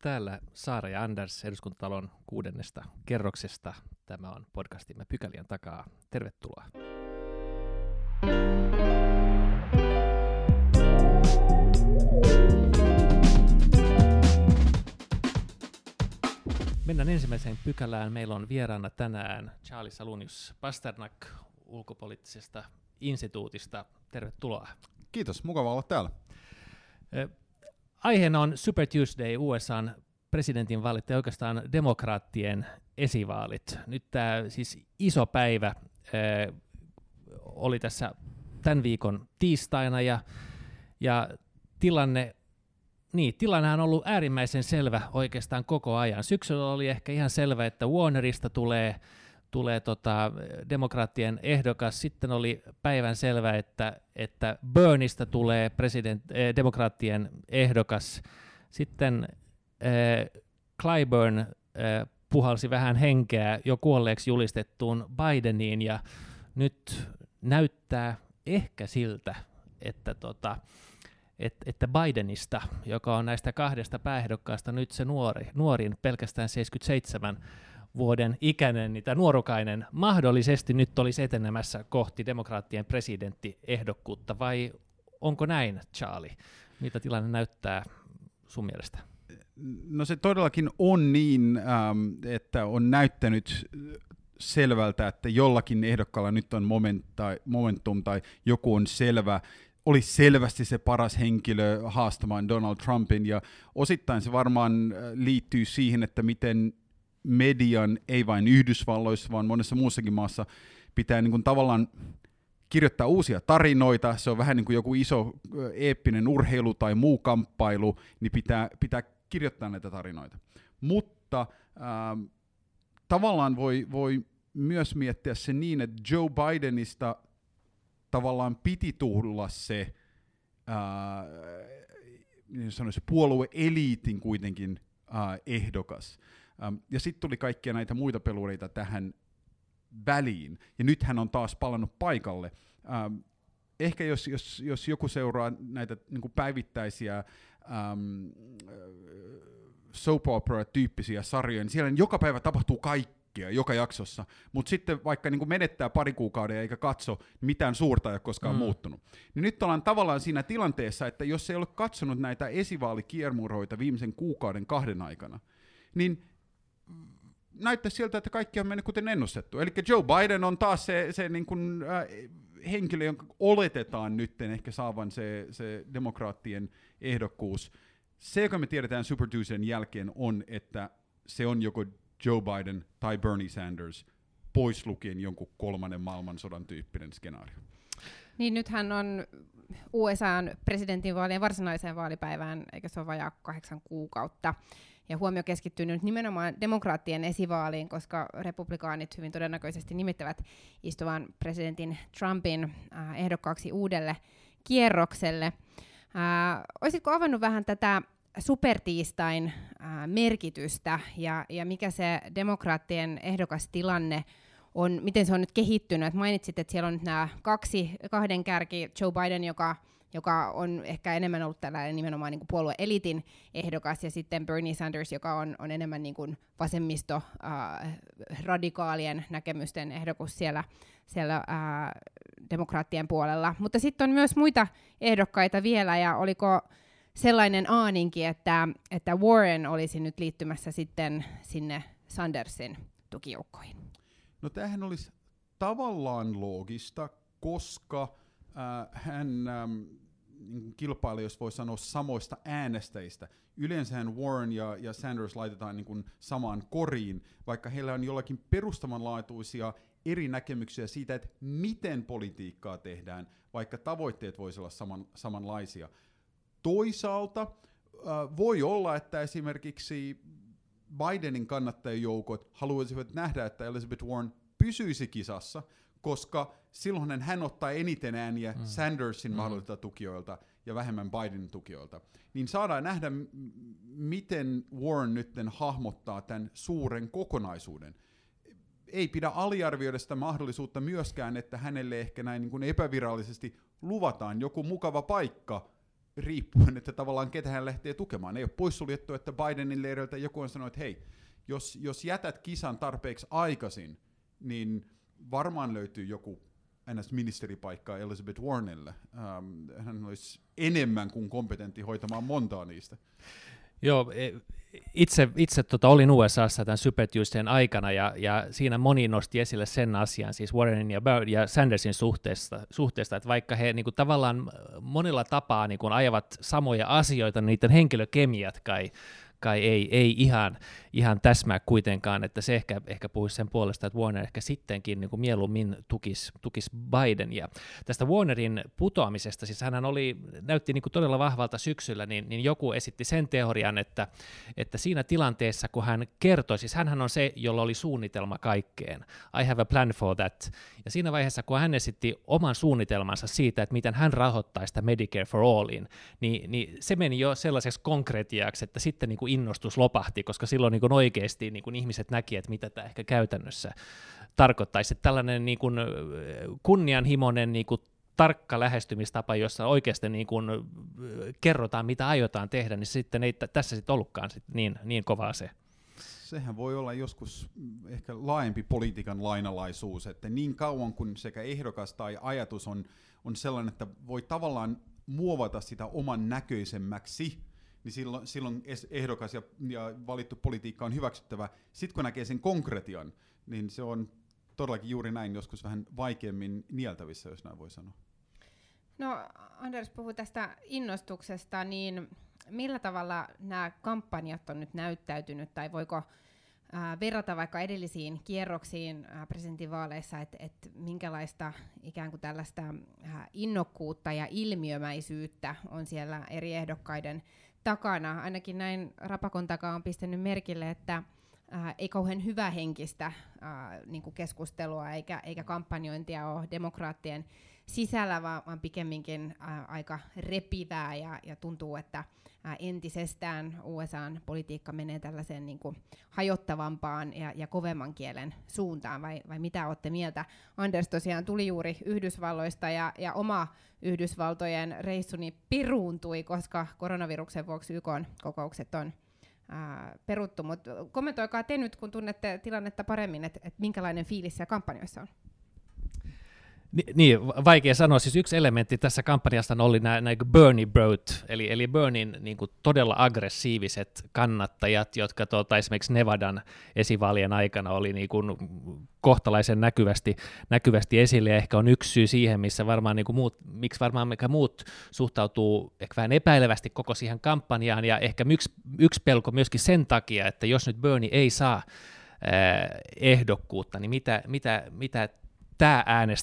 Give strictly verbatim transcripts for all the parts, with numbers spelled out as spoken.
Täällä Saara ja Anders Eduskuntatalon kuudennesta kerroksesta. Tämä on podcastimme Pykälien takaa. Tervetuloa. Mennään ensimmäiseen pykälään. Meillä on vieraana tänään Charlie Salonius Pasternak ulkopoliittisesta instituutista. Tervetuloa. Kiitos, mukava olla täällä. Aiheena on Super Tuesday, U S A:n presidentinvaalit ja oikeastaan demokraattien esivaalit. Nyt tämä siis iso päivä äh, oli tässä tämän viikon tiistaina ja, ja tilanne, niin, tilannehan on ollut äärimmäisen selvä oikeastaan koko ajan. Syksyllä oli ehkä ihan selvä, että Warnerista tulee, tulee tota, demokraattien ehdokas. Sitten oli päivän selvä, että, että Berniestä tulee president, eh, demokraattien ehdokas. Sitten eh, Clyburn eh, puhalsi vähän henkeä jo kuolleeksi julistettuun Bideniin, ja nyt näyttää ehkä siltä, että, tota, et, että Bidenista, joka on näistä kahdesta pääehdokkaasta nyt se nuori, nuorin, pelkästään seitsemänkymmentäseitsemän vuoden ikäinen, niin tämä nuorukainen mahdollisesti nyt olisi etenemässä kohti demokraattien presidenttiehdokkuutta, vai onko näin, Charlie? Mitä tilanne näyttää sun mielestä? No se todellakin on niin, että on näyttänyt selvältä, että jollakin ehdokkaalla nyt on moment tai, momentum tai joku on selvä, oli selvästi se paras henkilö haastamaan Donald Trumpin, ja osittain se varmaan liittyy siihen, että miten median, ei vain Yhdysvalloissa, vaan monessa muussakin maassa, pitää niin kuin tavallaan kirjoittaa uusia tarinoita. Se on vähän niin kuin joku iso eeppinen urheilu tai muu kamppailu, niin pitää, pitää kirjoittaa näitä tarinoita. Mutta ähm, tavallaan voi, voi myös miettiä se niin, että Joe Bidenista tavallaan piti tulla se äh, niin sanoisi, puolue-eliitin kuitenkin äh, ehdokas. Um, ja sitten tuli kaikkia näitä muita pelureita tähän väliin, ja nyt hän on taas palannut paikalle. Um, ehkä jos, jos, jos joku seuraa näitä niin kuin päivittäisiä um, soap opera-tyyppisiä sarjoja, niin siellä joka päivä tapahtuu kaikkea, joka jaksossa, mutta sitten vaikka niin kuin menettää pari kuukauden eikä katso, mitään suurta ei ole koskaan mm. muuttunut. Niin nyt ollaan tavallaan siinä tilanteessa, että jos ei ole katsonut näitä esivaalikiermuroita viimeisen kuukauden kahden aikana, niin näyttää siltä, että kaikki on mennyt kuten ennustettu. Eli Joe Biden on taas se, se niin kuin, äh, henkilö, jonka oletetaan nyt ehkä saavan se, se demokraattien ehdokkuus. Se, joka me tiedetään Super Tuesdayn jälkeen, on, että se on joko Joe Biden tai Bernie Sanders, pois lukien jonkun kolmannen maailmansodan tyyppinen skenaario. Niin nythän on U S A:n presidentinvaalien varsinaiseen vaalipäivään, eikä se ole vajaa kahdeksan kuukautta. Ja huomio keskittyy nyt nimenomaan demokraattien esivaaliin, koska republikaanit hyvin todennäköisesti nimittävät istuvan presidentin Trumpin äh, ehdokkaaksi uudelle kierrokselle. Äh, olisitko avannut vähän tätä supertiistain äh, merkitystä ja, ja mikä se demokraattien ehdokastilanne on, miten se on nyt kehittynyt? Mainitsit, että siellä on nyt nämä kaksi, kahden kärki, Joe Biden, joka joka on ehkä enemmän ollut tällainen nimenomaan niin kuin puolue-elitin ehdokas, ja sitten Bernie Sanders, joka on, on enemmän niin kuin vasemmisto, äh, radikaalien näkemysten ehdokus siellä, siellä äh, demokraattien puolella. Mutta sitten on myös muita ehdokkaita vielä, ja oliko sellainen aaninkin, että, että Warren olisi nyt liittymässä sitten sinne Sandersin tukijoukkoihin? No tämähän olisi tavallaan loogista, koska Uh, hän um, kilpailee, jos voi sanoa, samoista äänestäjistä. Yleensähän Warren ja, ja Sanders laitetaan niin kuin samaan koriin, vaikka heillä on jollakin perustavanlaatuisia eri näkemyksiä siitä, että miten politiikkaa tehdään, vaikka tavoitteet voisivat olla saman, samanlaisia. Toisaalta uh, voi olla, että esimerkiksi Bidenin kannattajajoukot haluaisivat nähdä, että Elizabeth Warren pysyisi kisassa, koska silloin hän ottaa eniten ääniä mm. Sandersin mm. mahdollisilta tukijoilta ja vähemmän Bidenin tukijoilta. Niin saadaan nähdä, m- miten Warren nyt hahmottaa tämän suuren kokonaisuuden. Ei pidä aliarvioida sitä mahdollisuutta myöskään, että hänelle ehkä näin niin kuin epävirallisesti luvataan joku mukava paikka riippuen, että tavallaan ketä hän lähtee tukemaan. Ei ole poissuljettu, että Bidenin leiriltä joku on sanonut, että hei, jos, jos jätät kisan tarpeeksi aikaisin, niin varmaan löytyy joku ns. Ministeripaikkaa Elizabeth Warrenille. Um, hän olisi enemmän kuin kompetentti hoitamaan montaa niistä. Joo, itse, itse tota, olin U S A:ssa tämän Super Tuesdayn aikana, ja, ja siinä moni nosti esille sen asian, siis Warrenin ja, ja Sandersin suhteesta, suhteesta, että vaikka he niin kuin, tavallaan monella tapaa niin kuin, ajavat samoja asioita, niin niiden henkilökemiat kai, kai ei, ei ihan, ihan täsmää kuitenkaan, että se ehkä, ehkä puhuisi sen puolesta, että Warner ehkä sittenkin niin kuin mieluummin tukisi, tukisi Bidenia. Tästä Warnerin putoamisesta, siis hän oli, näytti niin kuin todella vahvalta syksyllä, niin, niin joku esitti sen teorian, että, että siinä tilanteessa, kun hän kertoi, siis hänhän on se, jolla oli suunnitelma kaikkeen, I have a plan for that, ja siinä vaiheessa, kun hän esitti oman suunnitelmansa siitä, että miten hän rahoittaa sitä Medicare for Allin, niin, niin se meni jo sellaiseksi konkretiaksi, että sitten niin kuin innostus lopahti, koska silloin niin kuin oikeasti niin kuin ihmiset näki, että mitä tämä ehkä käytännössä tarkoittaisi. Että tällainen niin kuin kunnianhimoinen niin kuin tarkka lähestymistapa, jossa oikeasti niin kuin kerrotaan, mitä aiotaan tehdä, niin sitten ei t- tässä sitten ollutkaan sit niin, niin kovaa se. Sehän voi olla joskus ehkä laajempi politiikan lainalaisuus, että niin kauan kun sekä ehdokas tai ajatus on, on sellainen, että voi tavallaan muovata sitä oman näköisemmäksi, niin silloin, silloin ehdokas ja, ja valittu politiikka on hyväksyttävä. Sitten kun näkee sen konkretian, niin se on todellakin juuri näin, joskus vähän vaikeammin nieltävissä, jos näin voi sanoa. No, Anders puhui tästä innostuksesta, niin millä tavalla nämä kampanjat on nyt näyttäytynyt, tai voiko äh, verrata vaikka edellisiin kierroksiin äh, presidentinvaaleissa, että et minkälaista ikään kuin tällaista äh, innokkuutta ja ilmiömäisyyttä on siellä eri ehdokkaiden takana. Ainakin näin Rapakon takaa on pistänyt merkille, että äh, ei kauhean hyvähenkistä äh, niin kuin keskustelua eikä, eikä kampanjointia ole demokraattien sisällä, vaan, vaan pikemminkin äh, aika repivää, ja, ja tuntuu, että äh, entisestään U S A:n politiikka menee tällaiseen niin kuin hajottavampaan ja, ja kovemman kielen suuntaan, vai, vai mitä olette mieltä? Anders tosiaan tuli juuri Yhdysvalloista, ja, ja oma Yhdysvaltojen reissuni peruuntui, koska koronaviruksen vuoksi Y K:n kokoukset on ää, peruttu, mutta kommentoikaa te nyt, kun tunnette tilannetta paremmin, että et minkälainen fiilis siellä kampanjoissa on. Niin, vaikea sanoa. Siis yksi elementti tässä kampanjasta oli nämä, nämä Bernie Brot, eli, eli Bernin niin kuin todella aggressiiviset kannattajat, jotka tuota, esimerkiksi Nevadan esivaalien aikana oli niin kuin kohtalaisen näkyvästi, näkyvästi esille, ja ehkä on yksi syy siihen, missä varmaan niin kuin muut, miksi varmaan mikä muut suhtautuu ehkä vähän epäilevästi koko siihen kampanjaan, ja ehkä yksi, yksi pelko myöskin sen takia, että jos nyt Bernie ei saa ää, ehdokkuutta, niin mitä, mitä, mitä tämä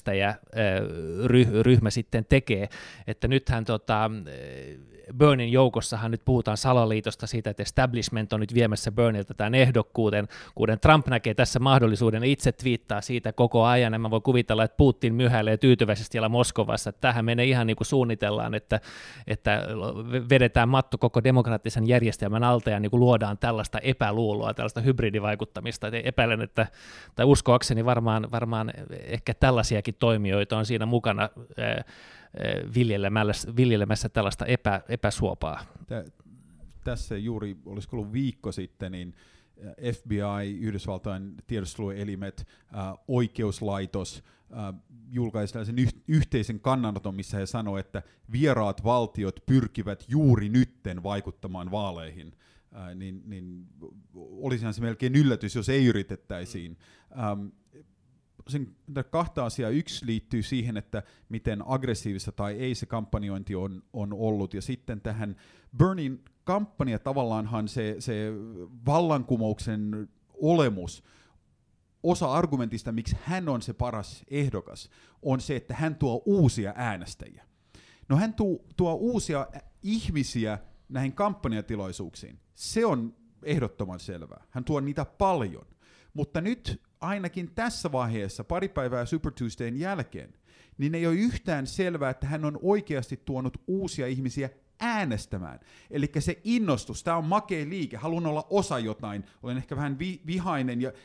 äänestäjäryhmä sitten tekee, että nythän tota, Bernin joukossahan nyt puhutaan salaliitosta siitä, että establishment on nyt viemässä Berniltä tämän ehdokkuuden, kuten Trump näkee tässä mahdollisuuden, itse twiittaa siitä koko ajan, ja mä voin kuvitella, että Putin myhäilee tyytyväisesti siellä Moskovassa, että tähän menee ihan niin kuin suunnitellaan, että, että vedetään matto koko demokraattisen järjestelmän alta ja niin kuin luodaan tällaista epäluuloa, tällaista hybridivaikuttamista, että epäilen, että, tai uskoakseni varmaan, varmaan ehkä tällaisiakin toimijoita on siinä mukana ää, viljelemässä, viljelemässä tällaista epä, epäsuopaa. Tä, tässä juuri, olisiko ollut viikko sitten, niin F B I, Yhdysvaltain tiedusteluelimet, äh, oikeuslaitos äh, julkaisi tällaisen yh, yhteisen kannanoton, missä he sanoivat, että vieraat valtiot pyrkivät juuri nytten vaikuttamaan vaaleihin. Äh, niin, niin olisihan se melkein yllätys, jos ei yritettäisiin. Ähm, Sen kahta asiaa. Yksi liittyy siihen, että miten aggressiivista tai ei se kampanjointi on, on ollut, ja sitten tähän Bernin kampanja tavallaanhan se, se vallankumouksen olemus, osa argumentista, miksi hän on se paras ehdokas, on se, että hän tuo uusia äänestäjiä. No hän tuo, tuo uusia ihmisiä näihin kampanjatilaisuuksiin. Se on ehdottoman selvää. Hän tuo niitä paljon. Mutta nyt ainakin tässä vaiheessa, pari päivää Super Tuesdayn jälkeen, niin ei ole yhtään selvää, että hän on oikeasti tuonut uusia ihmisiä äänestämään. Eli se innostus, tämä on makea liike, haluan olla osa jotain, olen ehkä vähän vi- vihainen, ja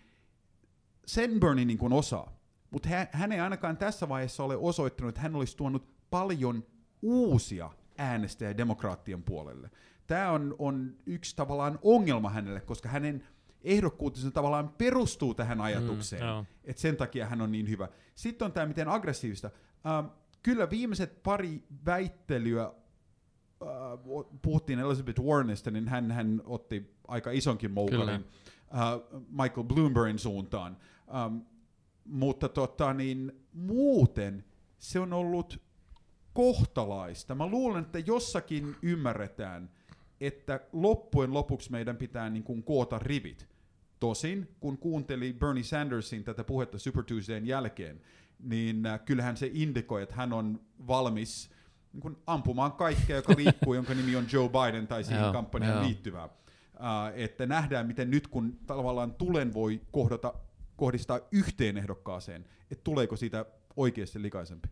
sen Bernie niin kuin osaa. Mutta hän, hän ei ainakaan tässä vaiheessa ole osoittanut, että hän olisi tuonut paljon uusia äänestäjä demokraattien puolelle. Tämä on, on yksi tavallaan ongelma hänelle, koska hänen ehdokkuutensa tavallaan perustuu tähän ajatukseen, mm, no. että sen takia hän on niin hyvä. Sitten on tämä miten aggressiivista. Uh, kyllä viimeiset pari väittelyä, uh, puhuttiin Elizabeth Warrenista, niin hän, hän otti aika isonkin moukarin uh, Michael Bloombergin suuntaan. Um, mutta tota, niin, muuten se on ollut kohtalaista. Mä luulen, että jossakin ymmärretään, että loppujen lopuksi meidän pitää niin kuin koota rivit. Tosin, kun kuunteli Bernie Sandersin tätä puhetta Super Tuesdayn jälkeen, niin äh, kyllähän se indikoi, että hän on valmis niin kuin ampumaan kaikkea, joka liikkuu, jonka nimi on Joe Biden tai siihen kampanjaan liittyvää. Äh, että nähdään, miten nyt kun tavallaan tulen voi kohdata, kohdistaa yhteen ehdokkaaseen, että tuleeko siitä oikeasti likaisempi.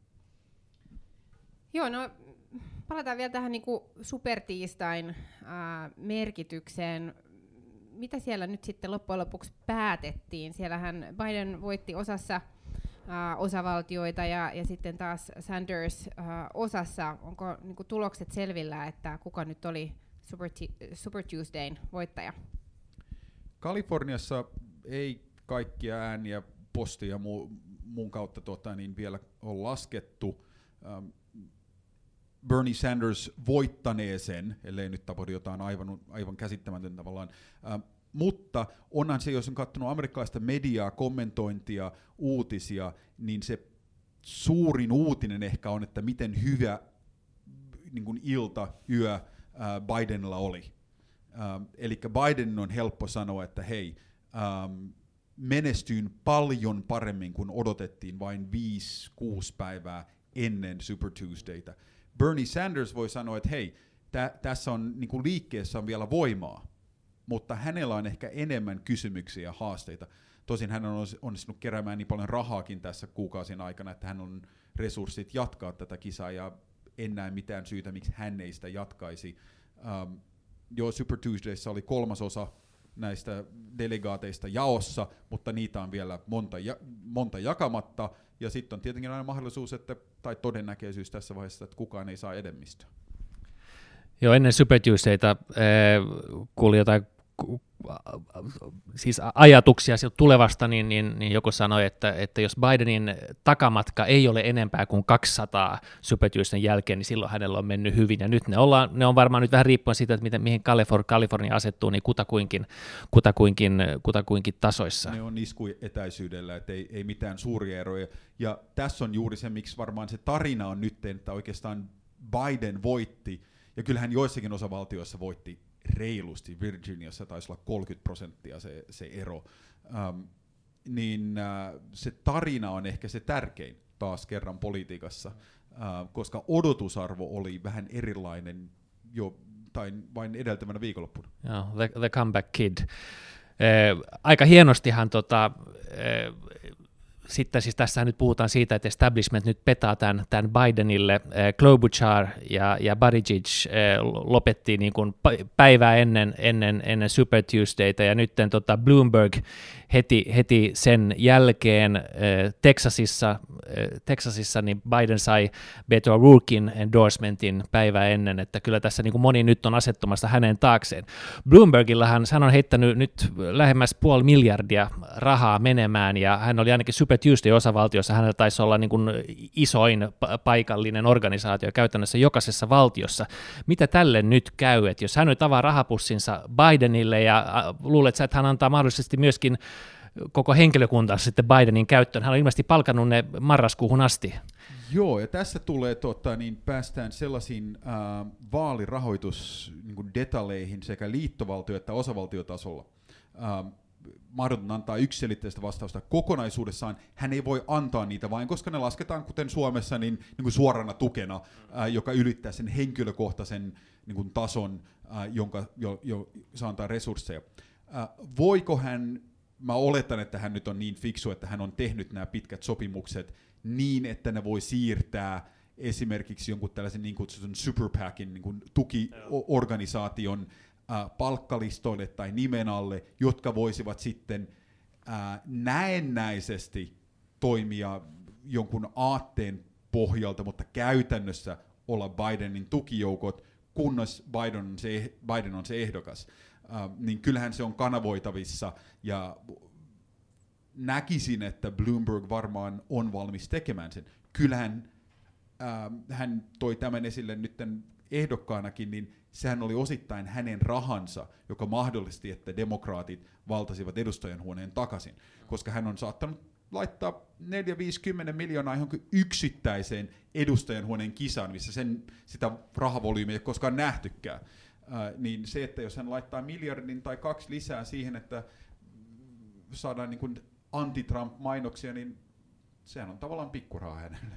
Joo, no palataan vielä tähän niinku supertiistain äh, merkitykseen. Mitä siellä nyt sitten loppujen lopuksi päätettiin? Siellähän Biden voitti osassa äh, osavaltioita ja, ja sitten taas Sanders äh, osassa. Onko niinku tulokset selvillä, että kuka nyt oli Super, t- Super Tuesdayn voittaja? Kaliforniassa ei kaikkia ääniä postia ja mu- muun kautta tuota, niin vielä on laskettu. Ähm, Bernie Sanders voittanee sen, ellei nyt tapahdu jotain aivan, aivan käsittämätöntä tavallaan. Ähm, mutta onhan se, jos on katsonut amerikkalaista mediaa, kommentointia, uutisia, niin se suurin uutinen ehkä on, että miten hyvä niin kuin ilta, yö äh, Bidenilla oli. Ähm, eli Biden on helppo sanoa, että hei, ähm, menestyin paljon paremmin kuin odotettiin vain viisi, kuusi päivää ennen Super Tuesdayta. Bernie Sanders voi sanoa, että hei, tä, tässä on niin kuin liikkeessä on vielä voimaa, mutta hänellä on ehkä enemmän kysymyksiä ja haasteita. Tosin hän on onnistunut keräämään niin paljon rahaakin tässä kuukausien aikana, että hän on resurssit jatkaa tätä kisaa, ja en näe mitään syytä, miksi hän ei sitä jatkaisi. Um, jo Super Tuesdayssa oli kolmasosa näistä delegaateista jaossa, mutta niitä on vielä monta, ja, monta jakamatta, ja sitten on tietenkin aina mahdollisuus, että, tai todennäköisyys tässä vaiheessa, että kukaan ei saa enemmistöä. Joo, ennen Super Tuesdayta äh, kuuli jotain siis ajatuksia sieltä tulevasta, niin, niin, niin joku sanoi, että, että jos Bidenin takamatka ei ole enempää kuin kaksisataa Super Tuesdayn jälkeen, niin silloin hänellä on mennyt hyvin, ja nyt ne, ollaan, ne on varmaan nyt vähän riippuen siitä, että miten, mihin Kalifornia asettuu, niin kutakuinkin, kutakuinkin, kutakuinkin tasoissa. Ne on iskuetäisyydellä, että ei, ei mitään suuria eroja, ja tässä on juuri se, miksi varmaan se tarina on nyt, että oikeastaan Biden voitti, ja kyllähän joissakin osavaltioissa voitti reilusti, Virginiassa taisi olla kolmekymmentä prosenttia se, se ero, um, niin uh, se tarina on ehkä se tärkein taas kerran politiikassa, uh, koska odotusarvo oli vähän erilainen jo tai vain edeltävänä viikonloppuna. Joo, the, the Comeback Kid. Eh, aika hienostihan tota, eh, sitten siis tässä nyt puhutaan siitä, että establishment nyt petaa tämän, tämän Bidenille. Eh, Klobuchar ja, ja Buttigieg eh, lopettiin niin kuin päivää ennen, ennen, ennen Super Tuesdayta, ja nyt tota Bloomberg heti, heti sen jälkeen eh, Texasissa, eh, Texasissa niin Biden sai Beto O'Rourken endorsementin päivää ennen, että kyllä tässä niin kuin moni nyt on asettumassa hänen taakseen. Bloombergillahan hän on heittänyt nyt lähemmäs puoli miljardia rahaa menemään, ja hän oli ainakin Super Tuesday-osavaltiossa, hänellä taisi olla niin kuin isoin paikallinen organisaatio käytännössä jokaisessa valtiossa. Mitä tälle nyt käy, että jos hän nyt avaa rahapussinsa Bidenille, ja luulet sä, että hän antaa mahdollisesti myöskin koko henkilökuntansa sitten Bidenin käyttöön, hän on ilmeisesti palkannut ne marraskuuhun asti. Joo, ja tässä tulee, tota, niin päästään sellaisiin äh, vaalirahoitusdetaljeihin niin sekä liittovaltio- että osavaltiotasolla. Äh, mahdoton antaa yksiselitteistä vastausta kokonaisuudessaan. Hän ei voi antaa niitä vain, koska ne lasketaan, kuten Suomessa, niin, niin kuin suorana tukena, ää, joka ylittää sen henkilökohtaisen niin kuin tason, ää, jonka jo, jo saa antaa resursseja. Ää, voiko hän, mä oletan, että hän nyt on niin fiksu, että hän on tehnyt nämä pitkät sopimukset niin, että ne voi siirtää esimerkiksi jonkun tällaisen niin kutsutun super PACin, niin kuin tukiorganisaation Äh, palkkalistoille tai nimen alle, jotka voisivat sitten äh, näennäisesti toimia jonkun aatteen pohjalta, mutta käytännössä olla Bidenin tukijoukot, kunnes Biden on se, Biden on se ehdokas. Uh, niin kyllähän se on kanavoitavissa, ja näkisin, että Bloomberg varmaan on valmis tekemään sen. Kyllähän uh, hän toi tämän esille nyt ehdokkaanakin, niin sehän oli osittain hänen rahansa, joka mahdollisti, että demokraatit valtasivat edustajanhuoneen takaisin, koska hän on saattanut laittaa neljä viisikymmentä miljoonaa johonkin yksittäiseen edustajanhuoneen kisaan, missä sen, sitä rahavolyymiä ei koskaan nähtykään. Äh, niin se, että jos hän laittaa miljardin tai kaksi lisää siihen, että saadaan niin kuin anti-Trump-mainoksia, niin sehän on tavallaan pikkuraha hänelle.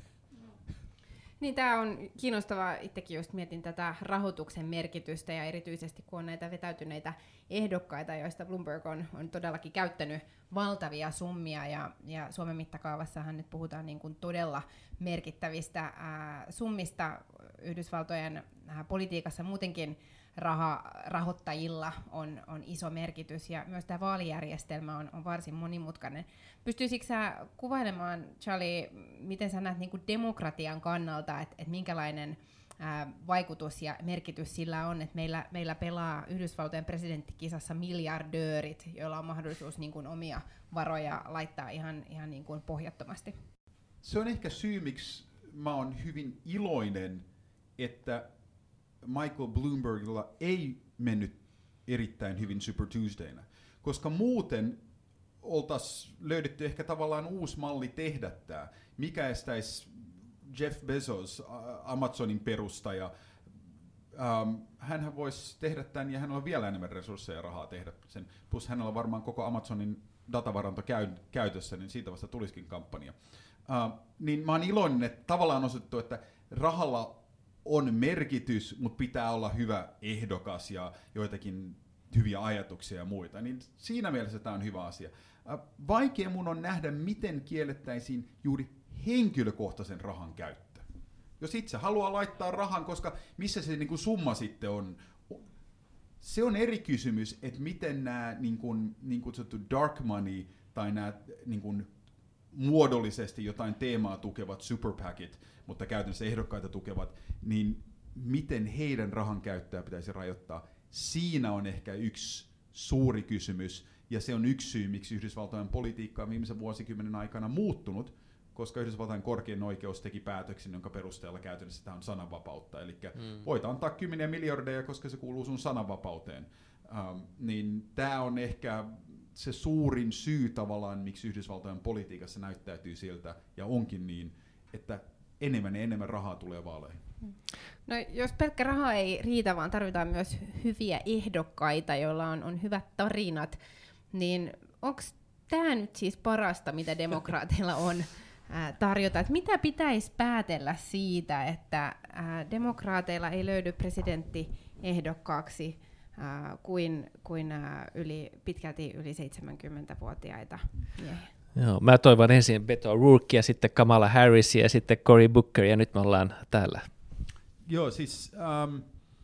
Niin, tämä on kiinnostavaa. Itsekin just mietin tätä rahoituksen merkitystä, ja erityisesti kun on näitä vetäytyneitä ehdokkaita, joista Bloomberg on, on todellakin käyttänyt valtavia summia, ja, ja Suomen mittakaavassahan nyt puhutaan niin kuin todella merkittävistä ää, summista. Yhdysvaltojen ää, politiikassa muutenkin raha, rahoittajilla on, on iso merkitys, ja myös tämä vaalijärjestelmä on, on varsin monimutkainen. Pystyisikö sä kuvailemaan, Charlie, miten sä näet niin kuin demokratian kannalta, että et minkälainen ää, vaikutus ja merkitys sillä on, että meillä, meillä pelaa Yhdysvaltojen presidenttikisassa miljardöörit, joilla on mahdollisuus niin kuin omia varoja laittaa ihan, ihan niin kuin pohjattomasti? Se on ehkä syy, miksi mä oon hyvin iloinen, että Michael Bloombergilla ei mennyt erittäin hyvin Super Tuesdayna, koska muuten oltaisiin löydetty ehkä tavallaan uusi malli tehdä tämä. Mikä estäisi Jeff Bezos, Amazonin perustaja, ähm, hänhän voisi tehdä tämän, ja hänellä on vielä enemmän resursseja ja rahaa tehdä sen. Plus hänellä on varmaan koko Amazonin datavaranto käy, käytössä, niin siitä vasta tulisikin kampanja. Äh, niin mä oon iloinen, että tavallaan on osoitettu, että rahalla on merkitys, mutta pitää olla hyvä ehdokas ja joitakin hyviä ajatuksia ja muita. Niin siinä mielessä tämä on hyvä asia. Vaikea mun on nähdä, miten kiellettäisiin juuri henkilökohtaisen rahan käyttö. Jos itse haluaa laittaa rahan, koska missä se niin kuin summa sitten on, se on eri kysymys, että miten nämä niin kuin, niin kutsuttu dark money tai nämä niin kuin muodollisesti jotain teemaa tukevat superpackit, mutta käytännössä ehdokkaita tukevat, niin miten heidän rahan käyttöä pitäisi rajoittaa. Siinä on ehkä yksi suuri kysymys, ja se on yksi syy, miksi Yhdysvaltojen politiikka on viimeisen vuosikymmenen aikana muuttunut, koska Yhdysvaltain korkein oikeus teki päätöksen, jonka perusteella käytännössä tämä on sananvapautta. Eli mm. voit antaa kymmeniä miljardeja, koska se kuuluu sun sananvapauteen. Um, niin tämä on ehkä se suurin syy tavallaan, miksi Yhdysvaltojen politiikassa näyttäytyy siltä, ja onkin niin, että enemmän ja enemmän rahaa tulee vaaleihin. No, jos pelkkä raha ei riitä, vaan tarvitaan myös hyviä ehdokkaita, joilla on, on hyvät tarinat, niin onko tämä nyt siis parasta, mitä demokraateilla on ää, tarjota? Et mitä pitäisi päätellä siitä, että ää, demokraateilla ei löydy presidenttiehdokkaaksi ää, kuin, kuin ää, yli, pitkälti yli seitsemänkymmentävuotiaita miehiä? Joo, mä toivon ensin Beto O'Rourkea, sitten Kamala Harrisia ja sitten Cory Booker, ja nyt me ollaan täällä. Joo, siis ähm,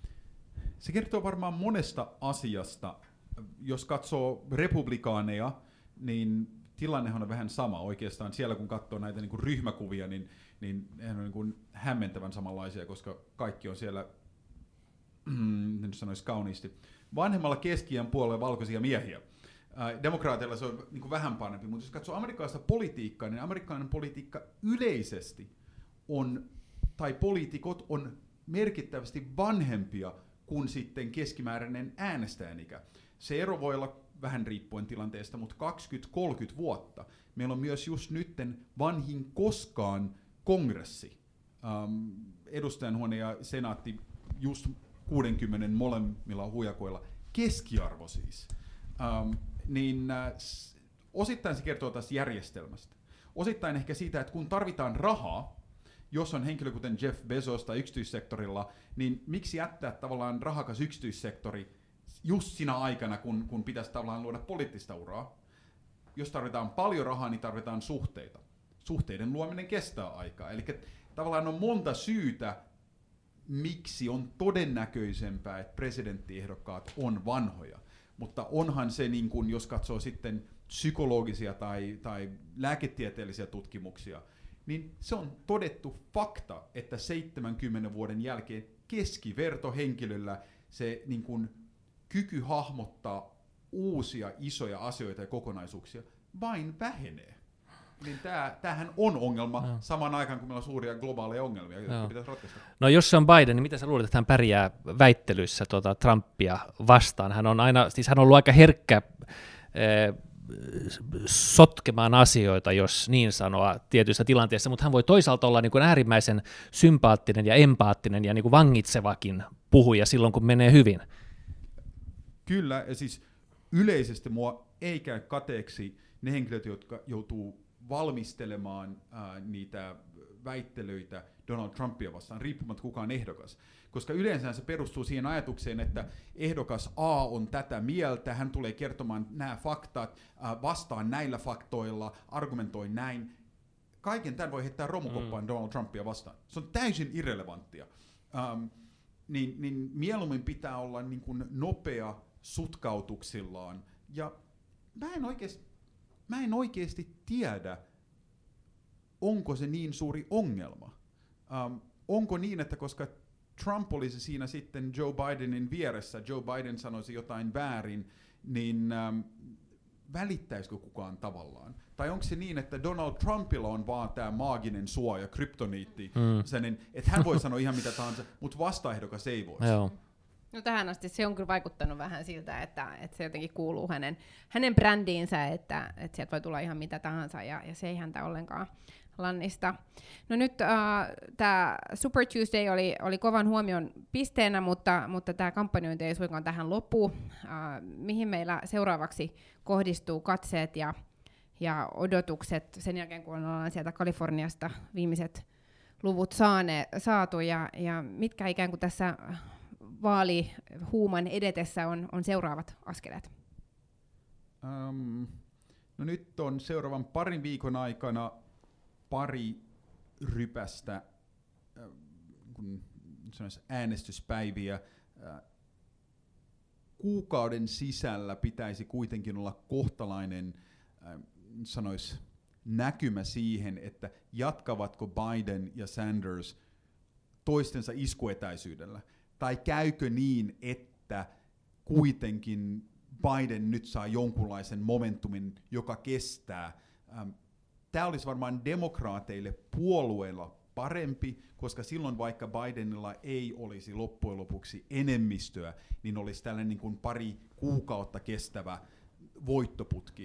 se kertoo varmaan monesta asiasta. Jos katsoo republikaaneja, niin tilannehan on vähän sama. Oikeastaan siellä kun katsoo näitä niin kuin ryhmäkuvia, niin, niin ne on niin kuin hämmentävän samanlaisia, koska kaikki on siellä, en sanoisi kauniisti, vanhemmalla keski-iän puolella valkoisia miehiä. Demokraateilla se on niin kuin vähän parempi, mutta jos katsoo amerikkalaista politiikkaa, niin amerikkalainen politiikka yleisesti on, tai poliitikot on merkittävästi vanhempia kuin sitten keskimääräinen äänestäjän ikä. Se ero voi olla vähän riippuen tilanteesta, mutta kaksikymmentä kolmekymmentä vuotta. Meillä on myös just nytten vanhin koskaan kongressi, ähm, edustajanhuone ja senaatti just kuudenkymmenen molemmilla hujakoilla, keskiarvo siis. Ähm, niin äh, osittain se kertoo tästä järjestelmästä. Osittain ehkä siitä, että kun tarvitaan rahaa, jos on henkilö kuten Jeff Bezos tai yksityissektorilla, niin miksi jättää tavallaan rahakas yksityissektori just siinä aikana, kun, kun pitäisi tavallaan luoda poliittista uraa. Jos tarvitaan paljon rahaa, niin tarvitaan suhteita. Suhteiden luominen kestää aikaa. Eli tavallaan on monta syytä, miksi on todennäköisempää, että presidenttiehdokkaat on vanhoja. Mutta onhan se, niin kun, jos katsoo sitten psykologisia tai, tai lääketieteellisiä tutkimuksia, niin se on todettu fakta, että seitsemänkymmenen vuoden jälkeen keskivertohenkilöllä se niin kuin, kyky hahmottaa uusia isoja asioita ja kokonaisuuksia vain vähenee. Niin tää, tämähän on ongelma no. samaan aikaan, kun meillä on suuria globaaleja ongelmia, jotka no. pitäisi ratkaista. No jos se on Biden, niin miten sä luulet, että hän pärjää väittelyissä tuota Trumpia vastaan? Hän on aina, siis hän on ollut aika herkkä eh, sotkemaan asioita, jos niin sanoa, tietyissä tilanteissa, mutta hän voi toisaalta olla niin kuin äärimmäisen sympaattinen ja empaattinen ja niin kuin vangitsevakin puhuja silloin, kun menee hyvin. Kyllä, ja siis yleisesti mua ei käy kateeksi ne henkilöt, jotka joutuu valmistelemaan ää, niitä väittelyitä Donald Trumpia vastaan, riippumatta kuka on ehdokas. Koska yleensä se perustuu siihen ajatukseen, että ehdokas A on tätä mieltä, hän tulee kertomaan nämä faktat, ää, vastaan näillä faktoilla, argumentoi näin. Kaiken tämän voi heittää romukoppaan mm. Donald Trumpia vastaan. Se on täysin irrelevanttia. Ähm, niin, niin mieluummin pitää olla niin kuin nopea sutkautuksillaan. Ja mä en oikeasti Mä en oikeasti tiedä, onko se niin suuri ongelma. Um, onko niin, että koska Trump olisi siinä sitten Joe Bidenin vieressä, Joe Biden sanoisi jotain väärin, niin um, välittäisikö kukaan tavallaan? Tai onko se niin, että Donald Trumpilla on vaan tämä maaginen suoja, kryptoniitti, mm. sen, että hän voi sanoa ihan mitä tahansa, mutta vastaehdokas ei voisi. Joo. No tähän asti se on kyllä vaikuttanut vähän siltä, että, että se jotenkin kuuluu hänen, hänen brändiinsä, että, että sieltä voi tulla ihan mitä tahansa, ja, ja se ei häntä ollenkaan lannista. No nyt äh, tämä Super Tuesday oli, oli kovan huomion pisteenä, mutta, mutta tämä kampanjointi ei suinkaan tähän lopu. Äh, mihin meillä seuraavaksi kohdistuu katseet ja, ja odotukset sen jälkeen, kun ollaan sieltä Kaliforniasta viimeiset luvut saane, saatu, ja, ja mitkä ikään kuin tässä vaalihuuman edetessä on, on seuraavat askeleet? Um, no nyt on seuraavan parin viikon aikana pari rypästä äh, kun äänestyspäiviä. Äh, kuukauden sisällä pitäisi kuitenkin olla kohtalainen äh, sanois, näkymä siihen, että jatkavatko Biden ja Sanders toistensa iskuetäisyydellä. Tai käykö niin, että kuitenkin Biden nyt saa jonkunlaisen momentumin, joka kestää. Tämä olisi varmaan demokraateille puolueella parempi, koska silloin vaikka Bidenilla ei olisi loppujen lopuksi enemmistöä, niin olisi tällainen niin kuin pari kuukautta kestävä voittoputki.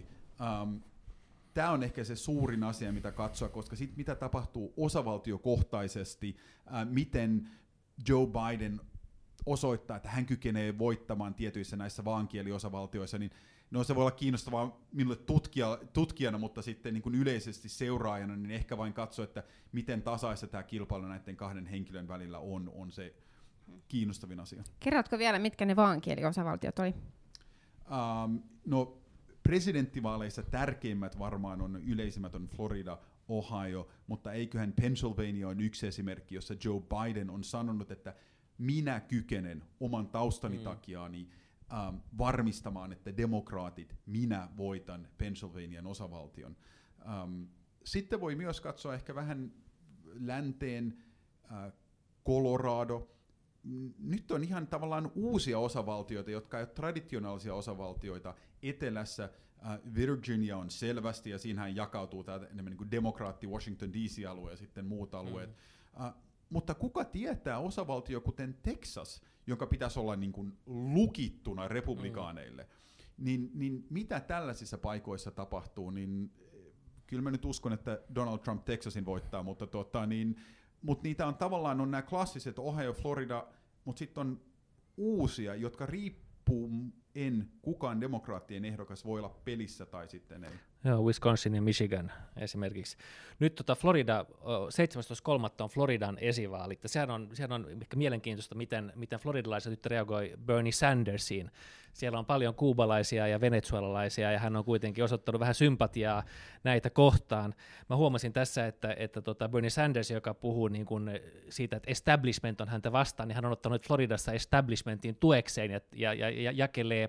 Tämä on ehkä se suurin asia, mitä katsoa, koska sitten mitä tapahtuu osavaltiokohtaisesti, miten Joe Biden osoittaa, että hän kykenee voittamaan tietyissä näissä vaankieliosavaltioissa, niin no se voi olla kiinnostavaa minulle tutkija, tutkijana, mutta sitten niin kuin yleisesti seuraajana, niin ehkä vain katsoa, että miten tasaista tämä kilpailu näiden kahden henkilön välillä on, on se kiinnostavin asia. Kerrotko vielä, mitkä ne vaankieliosavaltiot oli? Um, no presidenttivaaleissa tärkeimmät varmaan on, yleisimmät on Florida, Ohio, mutta eiköhän Pennsylvania on yksi esimerkki, jossa Joe Biden on sanonut, että minä kykenen oman taustani mm. takiaani ähm, varmistamaan, että demokraatit, minä voitan Pennsylvanian osavaltion. Ähm, sitten voi myös katsoa ehkä vähän länteen, äh, Colorado. Nyt on ihan tavallaan uusia osavaltioita, jotka eivät ole traditionaalisia osavaltioita. Etelässä äh, Virginia on selvästi, ja siinähän jakautuu tämä enemmän niin kuin demokraatti Washington D C-alue ja sitten muut alueet. Mm. Äh, Mutta kuka tietää osavaltio kuten Texas, joka pitäisi olla niin kuin lukittuna republikaaneille, mm. niin, niin mitä tällaisissa paikoissa tapahtuu, niin kyllä mä nyt uskon, että Donald Trump Texasin voittaa, mutta, tota, niin, mutta niitä on tavallaan on nämä klassiset Ohio, Florida, mutta sitten on uusia, jotka riippuu en kukaan demokraattien ehdokas voi olla pelissä tai sitten ei. Joo, Wisconsin ja Michigan esimerkiksi. Nyt tota Florida, seitsemästoista kolmatta on Floridan esivaalit. Sehän on, sehän on ehkä mielenkiintoista, miten, miten floridalaiset nyt reagoi Bernie Sandersiin. Siellä on paljon kuubalaisia ja venezuelalaisia, ja hän on kuitenkin osoittanut vähän sympatiaa näitä kohtaan. Mä huomasin tässä, että, että tota Bernie Sanders, joka puhuu niin kuin siitä, että establishment on häntä vastaan, niin hän on ottanut Floridassa establishmentin tuekseen ja, ja, ja, ja jakelee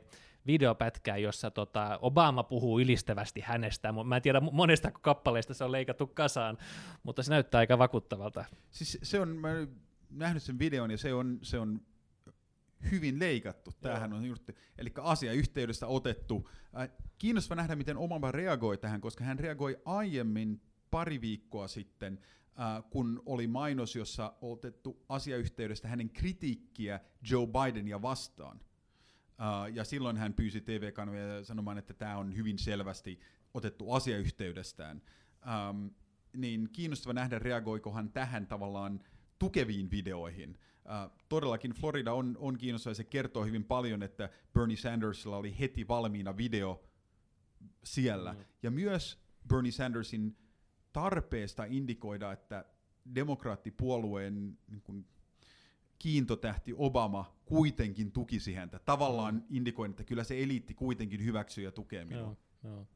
videopätkää, jossa tota Obama puhuu ylistävästi hänestä. Mä en tiedä monesta kappaleesta se on leikattu kasaan, mutta se näyttää aika vakuuttavalta. Siis se on, mä olen nähnyt sen videon ja se on, se on hyvin leikattu. Tämähän on just, eli asiayhteydestä otettu. Äh, kiinnostava nähdä, miten Obama reagoi tähän, koska hän reagoi aiemmin pari viikkoa sitten, äh, kun oli mainos, jossa otettu asiayhteydestä hänen kritiikkiä Joe Bidenia vastaan. Uh, ja silloin hän pyysi T V-kanavia sanomaan, että tämä on hyvin selvästi otettu asiayhteydestään. Um, niin kiinnostava nähdä, reagoiko hän tähän tavallaan tukeviin videoihin. Uh, todellakin Florida on, on kiinnostava ja se kertoo hyvin paljon, että Bernie Sandersilla oli heti valmiina video siellä. Mm. Ja myös Bernie Sandersin tarpeesta indikoida, että demokraattipuolueen niin kuin, kiintotähti Obama kuitenkin tukisi häntä. Tavallaan mm. indikoin, että kyllä se eliitti kuitenkin hyväksyy ja tukee minua. Joo, joo.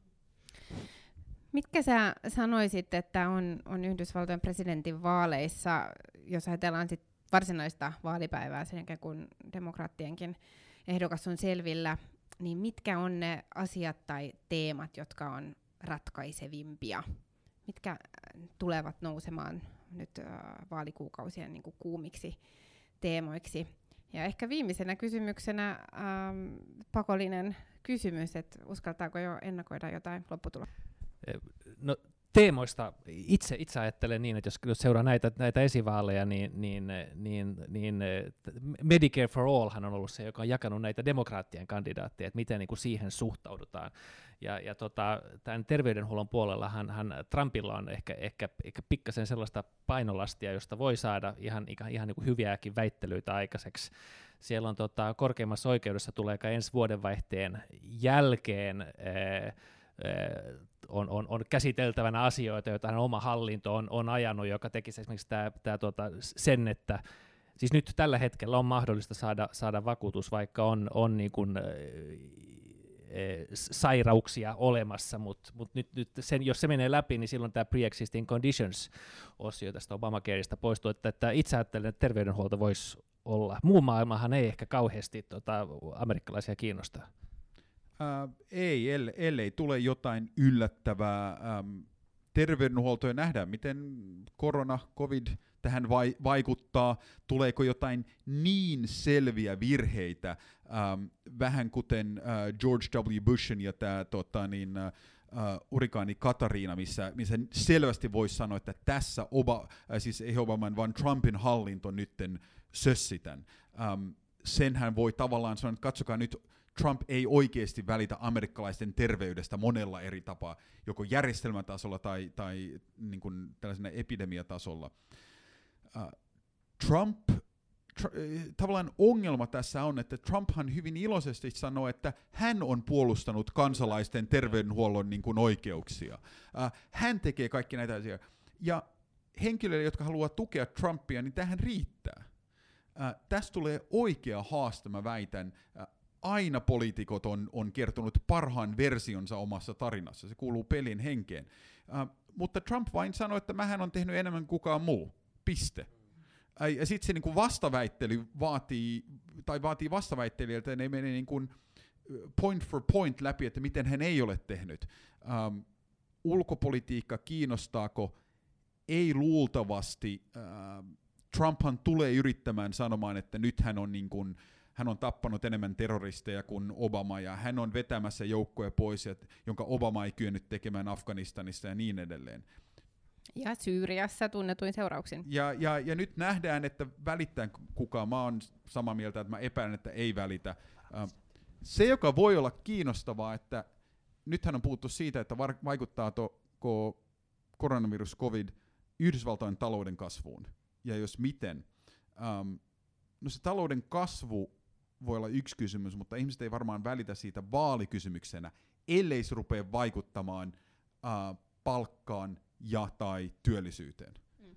Mitkä sä sanoisit, että on, on Yhdysvaltojen presidentin vaaleissa, jos ajatellaan sit varsinaista vaalipäivää sen jälkeen, kun demokraattienkin ehdokas on selvillä, niin mitkä on ne asiat tai teemat, jotka on ratkaisevimpia? Mitkä tulevat nousemaan nyt äh, vaalikuukausien niin kuin kuumiksi teemoiksi? Ja ehkä viimeisenä kysymyksenä ähm, pakollinen kysymys, että uskaltaako jo ennakoida jotain lopputulosta? No teemoista itse, itse ajattelen niin, että jos, jos seuraa näitä, näitä esivaaleja, niin, niin, niin, niin Medicare for Allhan on ollut se, joka on jakanut näitä demokraattien kandidaatteja, että miten niin kuin siihen suhtaudutaan. Ja, ja tota, tämän terveydenhuollon puolellahan hän, Trumpilla on ehkä, ehkä, ehkä pikkasen sellaista painolastia, josta voi saada ihan, ihan, ihan niin kuin hyviäkin väittelyitä aikaiseksi. Siellä on tota, korkeimmassa oikeudessa tulee ensi vuodenvaihteen jälkeen ää, On, on, on käsiteltävänä asioita, joita hän oma hallinto on, on ajanut, joka tekisi esimerkiksi tää, tää tuota, sen, että siis nyt tällä hetkellä on mahdollista saada, saada vakuutus, vaikka on, on niin kuin, äh, sairauksia olemassa, mutta mut nyt, nyt sen, jos se menee läpi, niin silloin tämä pre-existing conditions-osio tästä Obamacareista poistuu, että, että itse ajattelen, että terveydenhuolto voisi olla. Muu maailmahan ei ehkä kauheasti tota, amerikkalaisia kiinnostaa. Uh, ei, ellei, ellei tule jotain yllättävää um, terveydenhuoltoa, nähdään miten korona, covid tähän vai, vaikuttaa, tuleeko jotain niin selviä virheitä, um, vähän kuten uh, George W. Bushin ja tämä tota, niin, uh, urikaani Katariina, missä, missä selvästi voisi sanoa, että tässä Oba, uh, siis ei Obaman, vaan Trumpin hallinto nytten sössitän. Um, senhän voi tavallaan sanoa, että katsokaa nyt, Trump ei oikeasti välitä amerikkalaisten terveydestä monella eri tapaa, joko järjestelmätasolla tai, tai niin kuin tällaisena epidemiatasolla. Uh, Trump, tr- tavallaan ongelma tässä on, että Trumphan hyvin iloisesti sanoo, että hän on puolustanut kansalaisten terveydenhuollon niin kuin oikeuksia. Uh, hän tekee kaikki näitä asioita. Ja henkilöille, jotka haluaa tukea Trumpia, niin tähän riittää. Uh, tästä tulee oikea haaste, mä väitän. Uh, Aina poliitikot on, on kertonut parhaan versionsa omassa tarinassa. Se kuuluu pelin henkeen. Uh, mutta Trump vain sanoi, että mähän on tehnyt enemmän kuin kukaan muu. Piste. Uh, ja sitten se niin kuin vastaväittely vaatii, tai vaatii vastaväittelijältä, että ne menee niin kuin point for point läpi, että miten hän ei ole tehnyt. Um, ulkopolitiikka, kiinnostaako? Ei luultavasti. Uh, Trumphan tulee yrittämään sanomaan, että nyt hän on niin kuin hän on tappanut enemmän terroristeja kuin Obama, ja hän on vetämässä joukkoja pois, jonka Obama ei kyennyt tekemään Afganistanista ja niin edelleen. Ja Syyriassa tunnetuin seurauksin. Ja, ja, ja nyt nähdään, että välittää kukaan. Mä oon samaa mieltä, että mä epäilen, että ei välitä. Se, joka voi olla kiinnostavaa, että nythän on puhuttu siitä, että vaikuttaako koronavirus, covid, Yhdysvaltain talouden kasvuun, ja jos miten. Um, no se talouden kasvu voi olla yksi kysymys, mutta ihmiset ei varmaan välitä siitä vaalikysymyksenä, ellei se rupea vaikuttamaan uh, palkkaan ja tai työllisyyteen.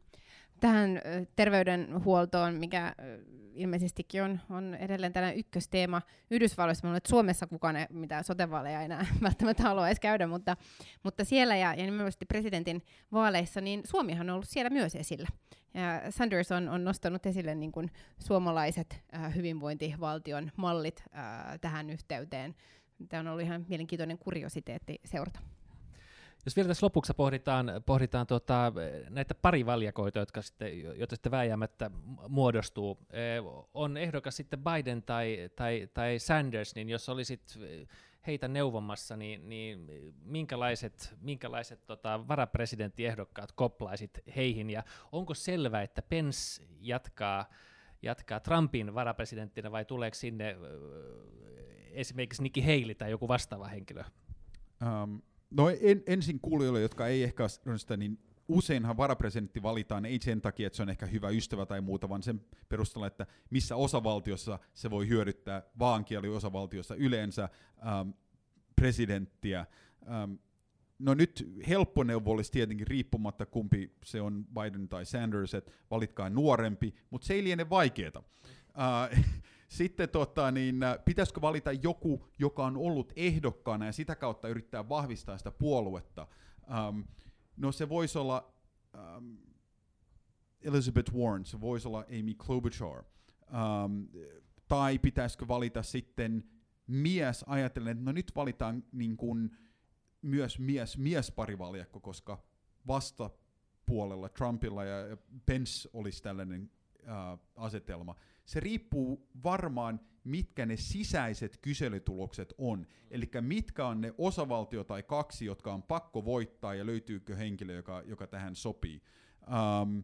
Tähän terveydenhuoltoon, mikä ilmeisestikin on, on edelleen tällainen ykkösteema Yhdysvalloissa. Mä että Suomessa kukaan ei mitään sote-vaaleja enää välttämättä halua edes käydä, mutta, mutta siellä ja, ja nimenomaan presidentin vaaleissa, niin Suomihan on ollut siellä myös esillä. Ja Sanders on, on nostanut esille niin kuin suomalaiset äh, hyvinvointivaltion mallit äh, tähän yhteyteen. Tämä on ollut ihan mielenkiintoinen kuriositeetti seurata. Jos vielä tässä lopuksi pohditaan, pohditaan tuota, näitä parivaljakoita, jotka sitten, joita sitten vääjäämättä muodostuu. On ehdokas sitten Biden tai, tai, tai Sanders, niin jos olisit heitä neuvomassa, niin, niin minkälaiset, minkälaiset tota, varapresidenttiehdokkaat koplaisit heihin, ja onko selvää, että Pence jatkaa, jatkaa Trumpin varapresidenttinä, vai tuleeko sinne esimerkiksi Nikki Haley tai joku vastaava henkilö? Um. No en, ensin kuulijoille, jotka ei ehkä ole sitä, niin useinhan varapresidentti valitaan ei sen takia, että se on ehkä hyvä ystävä tai muuta, vaan sen perusteella, että missä osavaltiossa se voi hyödyttää vaankieliosavaltiossa yleensä ähm, presidenttiä. Ähm, no nyt helppo neuvo olisi tietenkin riippumatta kumpi se on Biden tai Sanders, että valitkaa nuorempi, mutta se ei liene vaikeaa. Äh, Sitten tota, niin, pitäisikö valita joku, joka on ollut ehdokkaana ja sitä kautta yrittää vahvistaa sitä puoluetta? Um, no se voisi olla um, Elizabeth Warren, se voisi olla Amy Klobuchar. Um, tai pitäisikö valita sitten mies, ajatellen, että no nyt valitaan niin kuin myös mies-miesparivaljakko, koska vastapuolella Trumpilla ja Pence olisi tällainen uh, asetelma. Se riippuu varmaan, mitkä ne sisäiset kyselytulokset on. Eli mitkä on ne osavaltio tai kaksi, jotka on pakko voittaa, ja löytyykö henkilö, joka, joka tähän sopii. Um,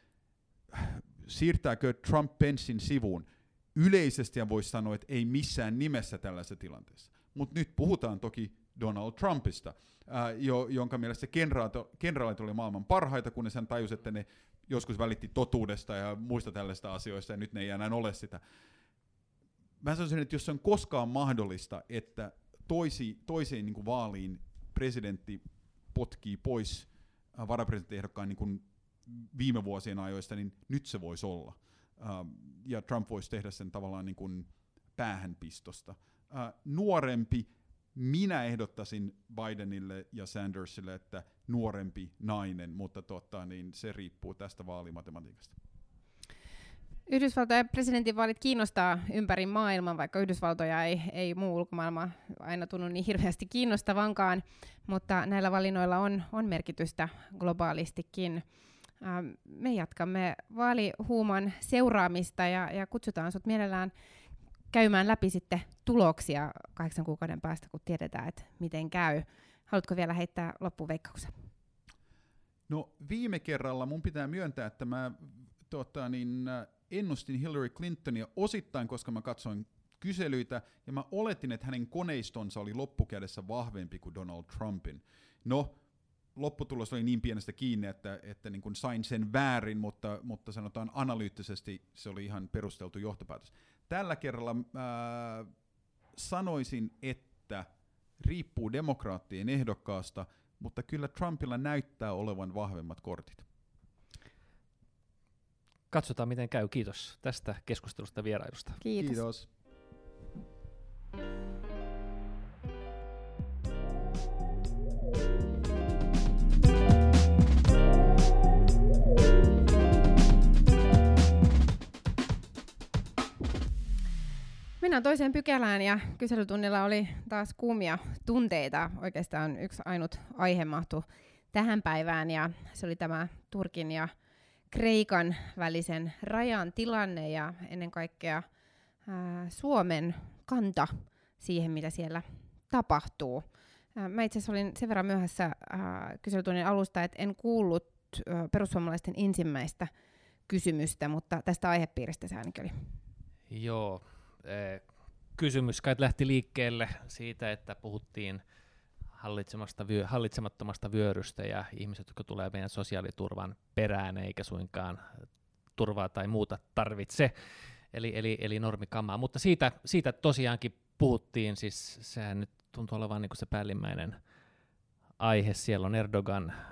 siirtääkö Trump Pencein sivuun? Yleisesti voisi sanoa, että ei missään nimessä tällaisessa tilanteessa. Mutta nyt puhutaan toki Donald Trumpista, uh, jo, jonka mielestä kenraalit oli maailman parhaita, kunnes hän tajusi, että ne joskus välitti totuudesta ja muista tällaista asioista, ja nyt ne ei enää ole sitä. Mä sanoisin, että jos se on koskaan mahdollista, että toisi, toiseen niin kuin vaaliin presidentti potkii pois varapresidenttiehdokkaan niin kuin viime vuosien ajoista, niin nyt se voisi olla. Uh, ja Trump voisi tehdä sen tavallaan niin kuin päähänpistosta. Uh, nuorempi, minä ehdottaisin Bidenille ja Sandersille, että nuorempi nainen, mutta totta, niin se riippuu tästä vaalimatematiikasta. Yhdysvaltojen presidentinvaalit kiinnostaa ympäri maailman, vaikka Yhdysvaltoja ei, ei muu ulkomaailma aina tunnu niin hirveästi kiinnostavankaan, mutta näillä valinnoilla on, on merkitystä globaalistikin. Ähm, me jatkamme vaalihuuman seuraamista ja, ja kutsutaan sut mielellään käymään läpi sitten tuloksia kahdeksan kuukauden päästä, kun tiedetään, että miten käy. Haluatko vielä heittää loppuveikkauksen? No viime kerralla mun pitää myöntää, että mä tota, niin, ennustin Hillary Clintonia osittain, koska mä katsoin kyselyitä, ja mä oletin, että hänen koneistonsa oli loppukädessä vahvempi kuin Donald Trumpin. No, lopputulos oli niin pienestä kiinni, että, että niin kuin sain sen väärin, mutta, mutta sanotaan analyyttisesti se oli ihan perusteltu johtopäätös. Tällä kerralla ää, sanoisin, että riippuu demokraattien ehdokkaasta, mutta kyllä Trumpilla näyttää olevan vahvemmat kortit. Katsotaan, miten käy. Kiitos tästä keskustelusta vierailusta. Kiitos. Kiitos. Mennään toiseen pykälään ja kyselytunnilla oli taas kuumia tunteita. Oikeastaan yksi ainut aihe mahtui tähän päivään ja se oli tämä Turkin ja Kreikan välisen rajan tilanne ja ennen kaikkea ää, Suomen kanta siihen, mitä siellä tapahtuu. Ää, mä itse asiassa olin sen verran myöhässä ää, kyselytunnin alusta, että en kuullut ää, perussuomalaisten ensimmäistä kysymystä, mutta tästä aihepiiristä se ainakin oli. Joo. Kysymys kai lähti liikkeelle siitä, että puhuttiin hallitsemasta vyö, hallitsemattomasta vyörystä ja ihmiset, jotka tulee meidän sosiaaliturvan perään eikä suinkaan turvaa tai muuta tarvitse, eli, eli, eli normikamaa. Mutta siitä, siitä tosiaankin puhuttiin, siis sehän nyt tuntuu olevan niin kuin se päällimmäinen aihe. Siellä on Erdogan ää,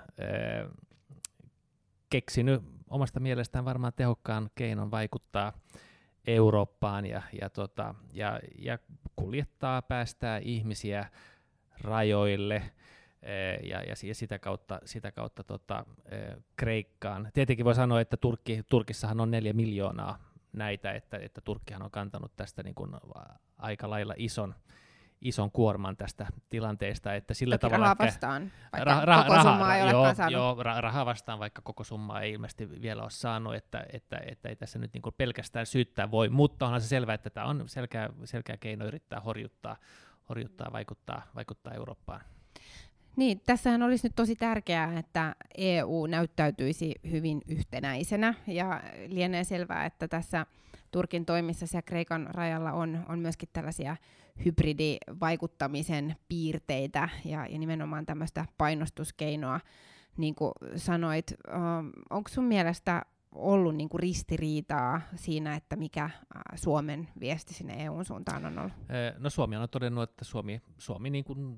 keksinyt omasta mielestään varmaan tehokkaan keinon vaikuttaa Eurooppaan ja, ja, tota, ja, ja kuljettaa, päästää ihmisiä rajoille ja, ja, ja sitä kautta, sitä kautta tota, Kreikkaan. Tietenkin voi sanoa, että Turkki, Turkissahan on neljä miljoonaa näitä, että, että Turkkihan on kantanut tästä niin kuin aika lailla ison, ison kuorman tästä tilanteesta, että sillä Toki tavalla... rahaa ehkä, vastaan, vaikka rah, rah, koko raha, summaa ei joo, olekaan saanut. joo, rah, rahaa vastaan, vaikka koko summaa ei ilmeisesti vielä ole saanut, että, että, että ei tässä nyt niin kuin pelkästään syyttää voi, mutta onhan se selvää, että tämä on selkeä, selkeä keino yrittää horjuttaa, horjuttaa vaikuttaa, vaikuttaa Eurooppaan. Niin, tässähän olisi nyt tosi tärkeää, että E U näyttäytyisi hyvin yhtenäisenä, ja lienee selvää, että tässä Turkin toimissa siellä Kreikan rajalla on, on myöskin tällaisia hybridivaikuttamisen piirteitä, ja, ja nimenomaan tämmöistä painostuskeinoa, niin kuin sanoit. Um, onko sun mielestä ollut niin kuin ristiriitaa siinä, että mikä Suomen viesti sinne E U:n suuntaan on ollut? No Suomi on todennut, että Suomi, Suomi niin kuin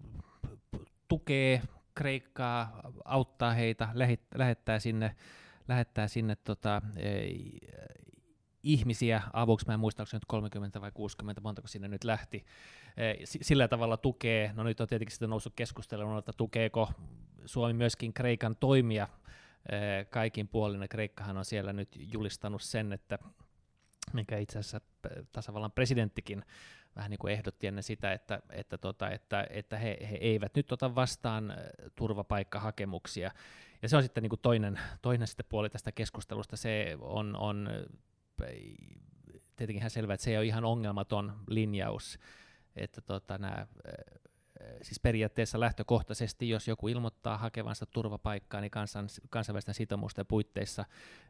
tukee Kreikkaa, auttaa heitä, lähettää sinne, lähettää sinne tota, ei, ihmisiä avuksi. Mä en muista, onko se nyt kolmekymmentä vai kuusikymmentä, montako sinne nyt lähti. Sillä tavalla tukee, no nyt on tietenkin sitten noussut keskustelua, että tukeeko Suomi myöskin Kreikan toimia kaikin puolin. Kreikkahan on siellä nyt julistanut sen, että mikä itse asiassa tasavallan presidenttikin vähän niin kuin ehdotti ennen sitä, että, että, tota, että, että he, he eivät nyt ota vastaan turvapaikkahakemuksia. Ja se on sitten niin kuin toinen, toinen sitten puoli tästä keskustelusta. Se on, on tietenkin ihan selvää, että se ei ole ihan ongelmaton linjaus, että tota, nämä, siis periaatteessa lähtökohtaisesti, jos joku ilmoittaa hakevansa turvapaikkaa, niin kansan, kansainvälisten sitoumusten puitteissa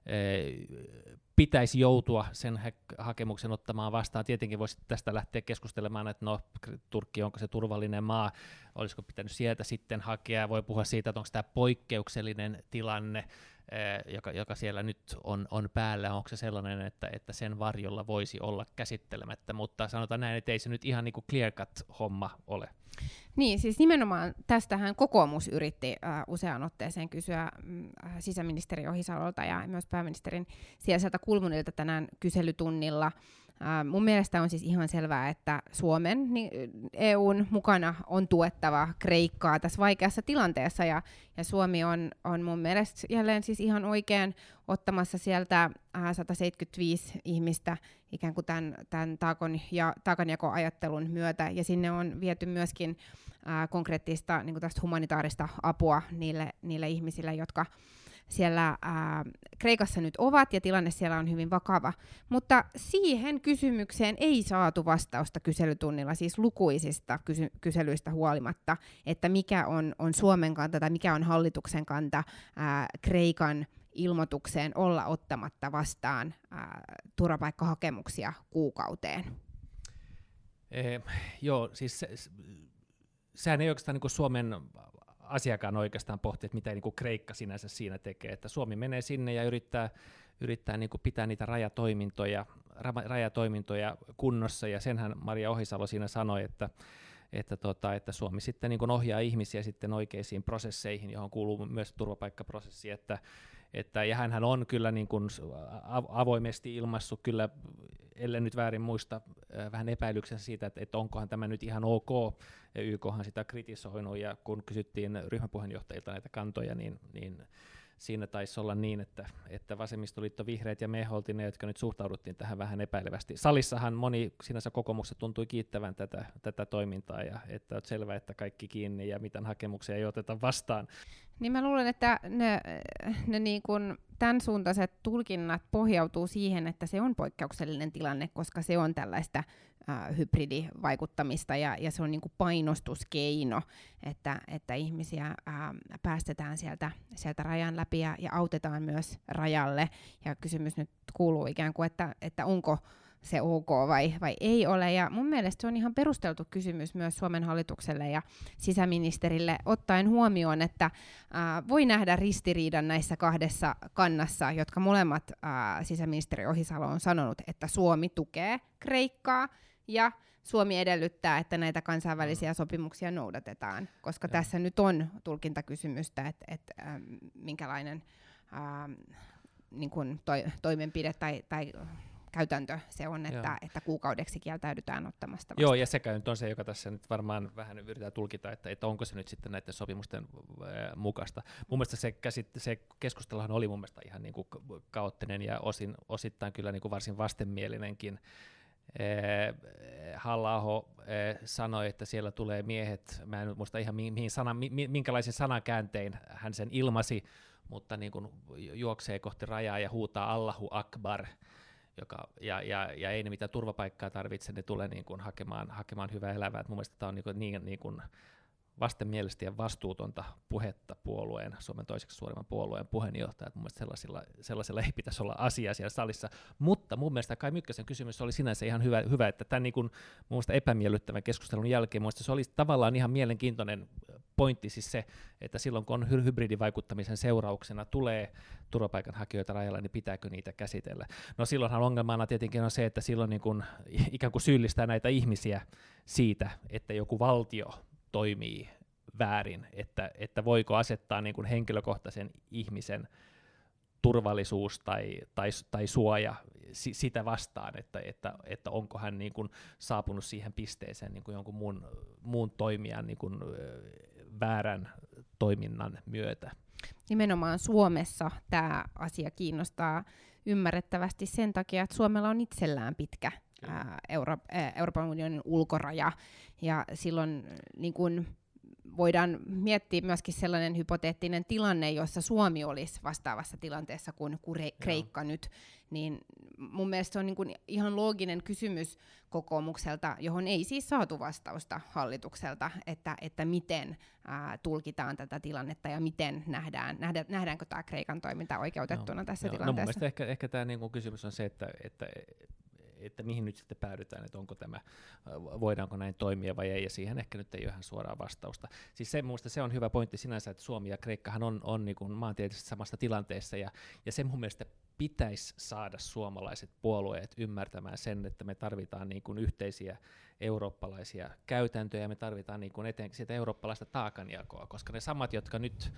ee, pitäisi joutua sen ha- hakemuksen ottamaan vastaan. Tietenkin voisi tästä lähteä keskustelemaan, että no, Turkki, onko se turvallinen maa, olisiko pitänyt sieltä sitten hakea, voi puhua siitä, että onko tämä poikkeuksellinen tilanne, Joka, joka siellä nyt on, on päällä, onko se sellainen, että, että sen varjolla voisi olla käsittelemättä, mutta sanotaan näin, että ei se nyt ihan niin kuin clear cut homma ole. Niin, siis nimenomaan tästähän kokoomus yritti äh, useaan otteeseen kysyä äh, sisäministeri Ohisalolta ja myös pääministerin sijaiselta Kulmunilta tänään kyselytunnilla. Uh, mun mielestä on siis ihan selvää, että Suomen niin E U:n mukana on tuettava Kreikkaa tässä vaikeassa tilanteessa, ja, ja Suomi on, on mun mielestä jälleen siis ihan oikein ottamassa sieltä uh, sata seitsemänkymmentäviisi ihmistä ikään kuin tämän, tämän taakan ja, taakanjakoajattelun myötä, ja sinne on viety myöskin uh, konkreettista niin kuin tästä humanitaarista apua niille, niille ihmisille, jotka siellä ää, Kreikassa nyt ovat, ja tilanne siellä on hyvin vakava. Mutta siihen kysymykseen ei saatu vastausta kyselytunnilla, siis lukuisista kysy- kyselyistä huolimatta, että mikä on, on Suomen kanta tai mikä on hallituksen kanta ää, Kreikan ilmoitukseen olla ottamatta vastaan ää, turvapaikkahakemuksia kuukauteen. Eh, joo, siis se, se, sehän ei oikeastaan niin kuin Suomen asiakkaan oikeastaan pohtia, että mitä niin kuin Kreikka sinänsä siinä tekee, että Suomi menee sinne ja yrittää, yrittää niin kuin pitää niitä rajatoimintoja, rajatoimintoja kunnossa, ja senhän Maria Ohisalo siinä sanoi, että, että, tota, että Suomi sitten niin kuin ohjaa ihmisiä sitten oikeisiin prosesseihin, johon kuuluu myös turvapaikkaprosessi, että, että, ja hänhän on kyllä niin kuin avoimesti ilmaissut kyllä, ellen nyt väärin muista, vähän epäilyksensä siitä, että, että onkohan tämä nyt ihan ok. Y K:han sitä kritisoinut, ja kun kysyttiin ryhmäpuheenjohtajilta näitä kantoja, niin, niin siinä taisi olla niin, että, että vasemmistoliitto, vihreät ja me oltiin ne, jotka nyt suhtauduttiin tähän vähän epäilevästi. Salissahan moni sinänsä kokoomuksessa tuntui kiittävän tätä, tätä toimintaa, ja että on selvää, että kaikki kiinni ja mitään hakemuksia ei oteta vastaan. Niin mä luulen, että ne, ne niin kun tämän suuntaiset tulkinnat pohjautuu siihen, että se on poikkeuksellinen tilanne, koska se on tällaista äh, hybridivaikuttamista, ja, ja se on niin kuin painostuskeino, että, että ihmisiä äh, päästetään sieltä, sieltä rajan läpi ja, ja autetaan myös rajalle. Ja kysymys nyt kuuluu ikään kuin, että, että onko se ok vai, vai ei ole. Ja mun mielestä se on ihan perusteltu kysymys myös Suomen hallitukselle ja sisäministerille, ottaen huomioon, että ää, voi nähdä ristiriidan näissä kahdessa kannassa, jotka molemmat ää, sisäministeri Ohisalo on sanonut, että Suomi tukee Kreikkaa ja Suomi edellyttää, että näitä kansainvälisiä sopimuksia noudatetaan, koska ja. tässä nyt on tulkintakysymystä, että, että ää, minkälainen ää, niin kuin toi, toimenpide tai, tai käytäntö se on, että, että kuukaudeksi kieltäydytään ottamasta vastaan. Joo, ja sekä nyt on se, joka tässä nyt varmaan vähän yritetään tulkita, että, että onko se nyt sitten näiden sopimusten äh, mukaista. Mun mielestä se, käsit, se keskusteluhan oli mun mielestä ihan niin kuin kaoottinen ja osin, osittain kyllä niin kuin varsin vastenmielinenkin, Halla-aho sanoi, että siellä tulee miehet, mä en muista ihan mihin sana, minkälaisen sanakääntein hän sen ilmasi, mutta niin kuin juoksee kohti rajaa ja huutaa Allahu Akbar, joka, ja, ja, ja ei ne mitään turvapaikkaa tarvitse, ne tulee niin kuin hakemaan, hakemaan hyvää elämää. Et mun mielestä tämä on niin, niin, niin kuin vastenmielistä ja vastuutonta puhetta puolueen, Suomen toiseksi suurimman puolueen puheenjohtaja. Mun mielestä sellaisilla, sellaisilla ei pitäisi olla asiaa siellä salissa, mutta mun mielestä Kai Mykkäsen kysymys oli sinänsä ihan hyvä, hyvä että tämän niin kuin, mun mielestä epämiellyttävän keskustelun jälkeen mun mielestä se oli tavallaan ihan mielenkiintoinen pointti, siis se, että silloin kun on hybridivaikuttamisen seurauksena tulee turvapaikanhakijoita rajalla, niin pitääkö niitä käsitellä. No silloinhan ongelmana tietenkin on se, että silloin niin kuin ikään kuin syyllistää näitä ihmisiä siitä, että joku valtio toimii väärin, että, että voiko asettaa niin kuin henkilökohtaisen ihmisen turvallisuus tai, tai, tai suoja si, sitä vastaan, että, että, että onko hän niin kuin saapunut siihen pisteeseen niin kuin jonkun muun, muun toimijan niin kuin väärän toiminnan myötä. Nimenomaan Suomessa tämä asia kiinnostaa ymmärrettävästi sen takia, että Suomella on itsellään pitkä ää, Euro- ää, Euroopan unionin ulkoraja, ja silloin niin kun voidaan miettiä myöskin sellainen hypoteettinen tilanne, jossa Suomi olisi vastaavassa tilanteessa kuin Kreikka Joo. nyt, niin mun mielestä se on niin kuin ihan looginen kysymys kokoomukselta, johon ei siis saatu vastausta hallitukselta, että, että miten ää, tulkitaan tätä tilannetta ja miten nähdään, nähdä, nähdäänkö tämä Kreikan toiminta oikeutettuna no, tässä no, tilanteessa. No mun mielestä ehkä, ehkä tämä niin kuin kysymys on se, että, että että mihin nyt sitten päädytään, että onko tämä, voidaanko näin toimia vai ei, ja siihen ehkä nyt ei ole ihan suoraa vastausta. Siis se, minusta se on hyvä pointti sinänsä, että Suomi ja Kreikkahan on, on niin kuin maantieteellisesti samassa tilanteessa, ja, ja se mun mielestä pitäisi saada suomalaiset puolueet ymmärtämään sen, että me tarvitaan niin kuin yhteisiä eurooppalaisia käytäntöjä, ja me tarvitaan niin kuin etenkin sitä eurooppalaista taakanjakoa, koska ne samat, jotka nyt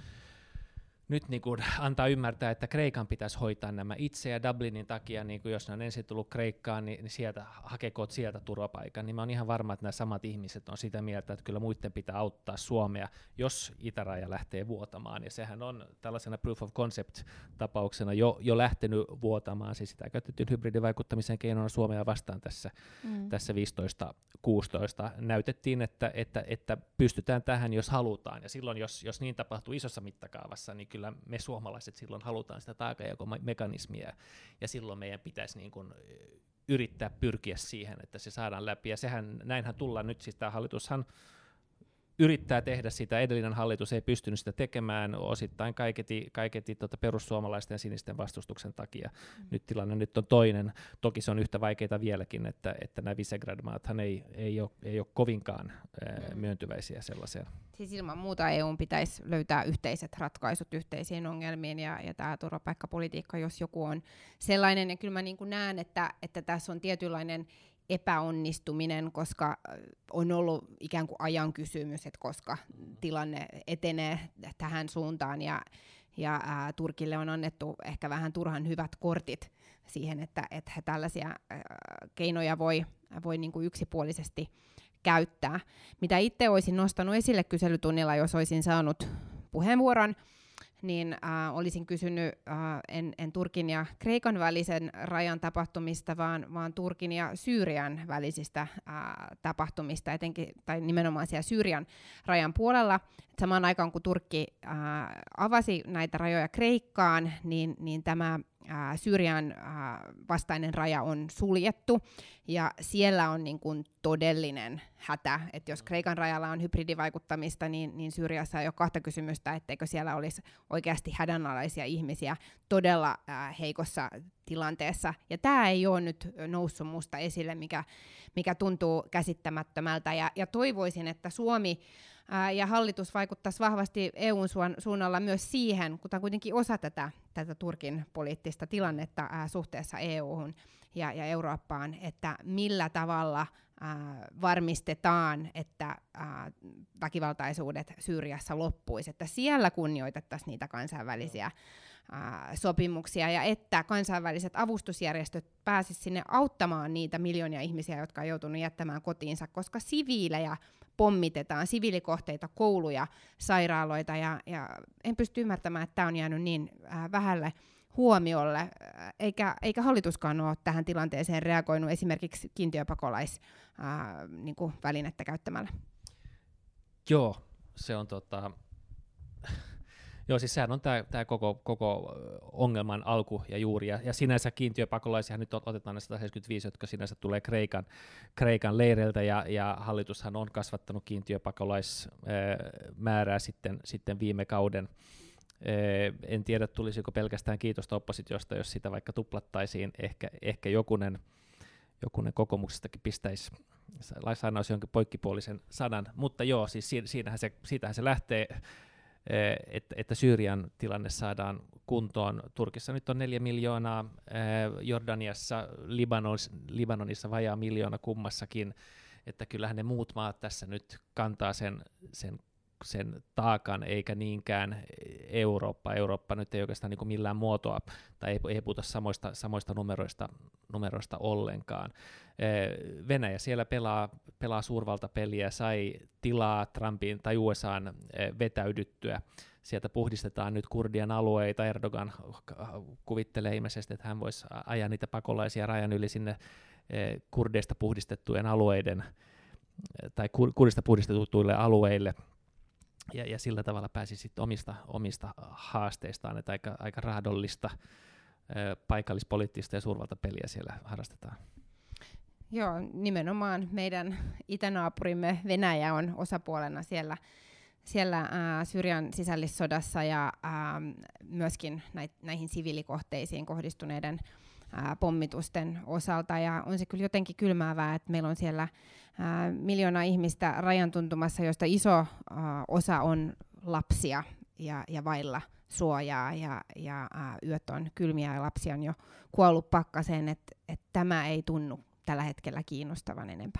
nyt niin kuin antaa ymmärtää, että Kreikan pitäisi hoitaa nämä itse, ja Dublinin takia, niin kuin jos ne on ensin tullut Kreikkaan, niin, niin sieltä, hakekoot sieltä turvapaikan, niin mä oon ihan varma, että nämä samat ihmiset on sitä mieltä, että kyllä muiden pitää auttaa Suomea, jos itäraja lähtee vuotamaan, ja sehän on tällaisena proof of concept-tapauksena jo, jo lähtenyt vuotamaan, siis sitä käytettiin hybridivaikuttamisen keinona Suomea vastaan tässä, mm. tässä viisitoista kuusitoista, näytettiin, että, että, että pystytään tähän, jos halutaan, ja silloin, jos, jos niin tapahtuu isossa mittakaavassa, niin kyllä me suomalaiset silloin halutaan sitä taakanjakomekanismia, ja silloin meidän pitäisi niin kuin yrittää pyrkiä siihen, että se saadaan läpi, ja sehän, näinhän tullaan nyt, siis tämä hallitushan yrittää tehdä sitä, edellinen hallitus ei pystynyt sitä tekemään osittain kaiketi, kaiketi tuota perussuomalaisten ja sinisten vastustuksen takia. Mm. Nyt tilanne nyt on toinen, toki se on yhtä vaikeaa vieläkin, että, että nämä Visegrad-maathan ei, ei, ole, ei ole kovinkaan ää, myöntyväisiä sellaisia. Siis ilman muuta E U:n pitäisi löytää yhteiset ratkaisut yhteisiin ongelmiin, ja, ja tämä turvapaikkapolitiikka, jos joku on sellainen, ja kyllä mä niin kuin näen, että, että tässä on tietynlainen epäonnistuminen, koska on ollut ikään kuin ajan kysymys, että koska tilanne etenee tähän suuntaan, ja, ja ää, Turkille on annettu ehkä vähän turhan hyvät kortit siihen, että, että he tällaisia ää, keinoja voi, voi niin kuin yksipuolisesti käyttää. Mitä itse olisin nostanut esille kyselytunnilla, jos olisin saanut puheenvuoron, niin äh, olisin kysynyt äh, en, en Turkin ja Kreikan välisen rajan tapahtumista, vaan, vaan Turkin ja Syyrian välisistä äh, tapahtumista, etenkin, tai nimenomaan siellä Syyrian rajan puolella. Et samaan aikaan, kun Turkki äh, avasi näitä rajoja Kreikkaan, niin, niin tämä äh, Syyrian äh, vastainen raja on suljettu, ja siellä on niin kuin todellinen hätä, että jos Kreikan rajalla on hybridivaikuttamista, niin, niin Syyriassa ei ole kahta kysymystä, etteikö siellä olisi oikeasti hädänalaisia ihmisiä todella äh, heikossa tilanteessa. Ja tämä ei ole nyt noussut musta esille, mikä, mikä tuntuu käsittämättömältä, ja, ja toivoisin, että Suomi ää, ja hallitus vaikuttaisi vahvasti E U:n suunnalla myös siihen, kun tämä on kuitenkin osa tätä, tätä Turkin poliittista tilannetta ää, suhteessa E U:hun ja, ja Eurooppaan, että millä tavalla ää, varmistetaan, että ää, väkivaltaisuudet Syyriassa loppuisi, että siellä kunnioitettaisiin niitä kansainvälisiä ää, sopimuksia, ja että kansainväliset avustusjärjestöt pääsisivät sinne auttamaan niitä miljoonia ihmisiä, jotka on joutunut jättämään kotiinsa, koska siviilejä pommitetaan, siviilikohteita, kouluja, sairaaloita, ja, ja en pysty ymmärtämään, että tämä on jäänyt niin ää, vähälle huomiolle, eikä, eikä hallituskaan ole tähän tilanteeseen reagoinut esimerkiksi kiintiöpakolaisvälinettä niin käyttämällä. Joo, se on tota... Joo, siis sehän on tämä koko, koko ongelman alku ja juuri, ja, ja sinänsä kiintiöpakolaisia nyt otetaan ne sata seitsemänkymmentäviisi, jotka sinänsä tulee Kreikan, Kreikan leireiltä, ja, ja hallitushan on kasvattanut kiintiöpakolaismäärää sitten, sitten viime kauden. En tiedä, tulisiko pelkästään kiitosta oppositiosta, jos sitä vaikka tuplattaisiin, ehkä, ehkä jokunen, jokunen kokoomuksestakin pistäisi, sanoisi jonkin poikkipuolisen sanan, mutta joo, siis siinähän se, siitähän se lähtee, Että, että Syyrian tilanne saadaan kuntoon. Turkissa nyt on neljä miljoonaa, Jordaniassa, Libanos, Libanonissa vajaa miljoona kummassakin, että kyllähän ne muut maat tässä nyt kantaa sen, sen, sen taakan, eikä niinkään Eurooppa. Eurooppa nyt ei oikeastaan niin kuin millään muotoa, tai ei, ei puhuta samoista, samoista numeroista, numeroista ollenkaan. Venäjä siellä pelaa, pelaa suurvaltapeliä, sai tilaa Trumpin tai U S A:n vetäydyttyä. Sieltä puhdistetaan nyt kurdien alueita. Erdogan kuvittelee ilmeisesti, että hän voisi ajaa niitä pakolaisia rajan yli sinne kurdeista puhdistettujen alueiden, tai kurdista puhdistetuille alueille. Ja, ja sillä tavalla pääsi sitten omista, omista haasteistaan, että aika, aika raadollista paikallispoliittista ja suurvaltapeliä siellä harrastetaan. Joo, nimenomaan meidän itänaapurimme Venäjä on osapuolena siellä, siellä ää, Syyrian sisällissodassa ja ää, myöskin näit, näihin siviilikohteisiin kohdistuneiden ää, pommitusten osalta. Ja on se kyllä jotenkin kylmäävää, että meillä on siellä ää, miljoona ihmistä rajan tuntumassa, joista iso ää, osa on lapsia ja, ja vailla suojaa, ja, ja ää, yöt on kylmiä ja lapsia on jo kuollut pakkaseen, että et tämä ei tunnu tällä hetkellä kiinnostavan enempää.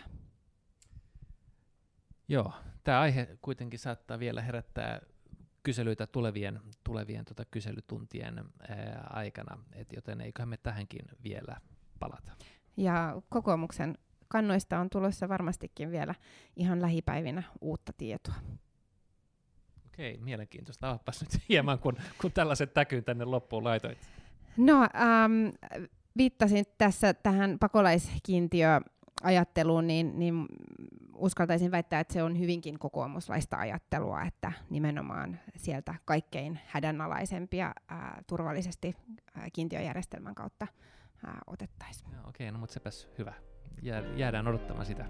Joo, tämä aihe kuitenkin saattaa vielä herättää kyselyitä tulevien, tulevien tota kyselytuntien ää, aikana, et joten eiköhän me tähänkin vielä palata. Ja kokoomuksen kannoista on tulossa varmastikin vielä ihan lähipäivinä uutta tietoa. Okei, mielenkiintoista. Avapas nyt hieman, kun, kun tällaiset täkyyn tänne loppuun laitoit. No, ähm, viittasin tässä tähän pakolaiskiintiöajatteluun, niin, niin uskaltaisin väittää, että se on hyvinkin kokoomuslaista ajattelua, että nimenomaan sieltä kaikkein hädänalaisempia ää, turvallisesti ää, kiintiöjärjestelmän kautta ää, otettaisiin. Okei, okay, no mutta sepäs hyvä. Jää, jäädään odottamaan sitä.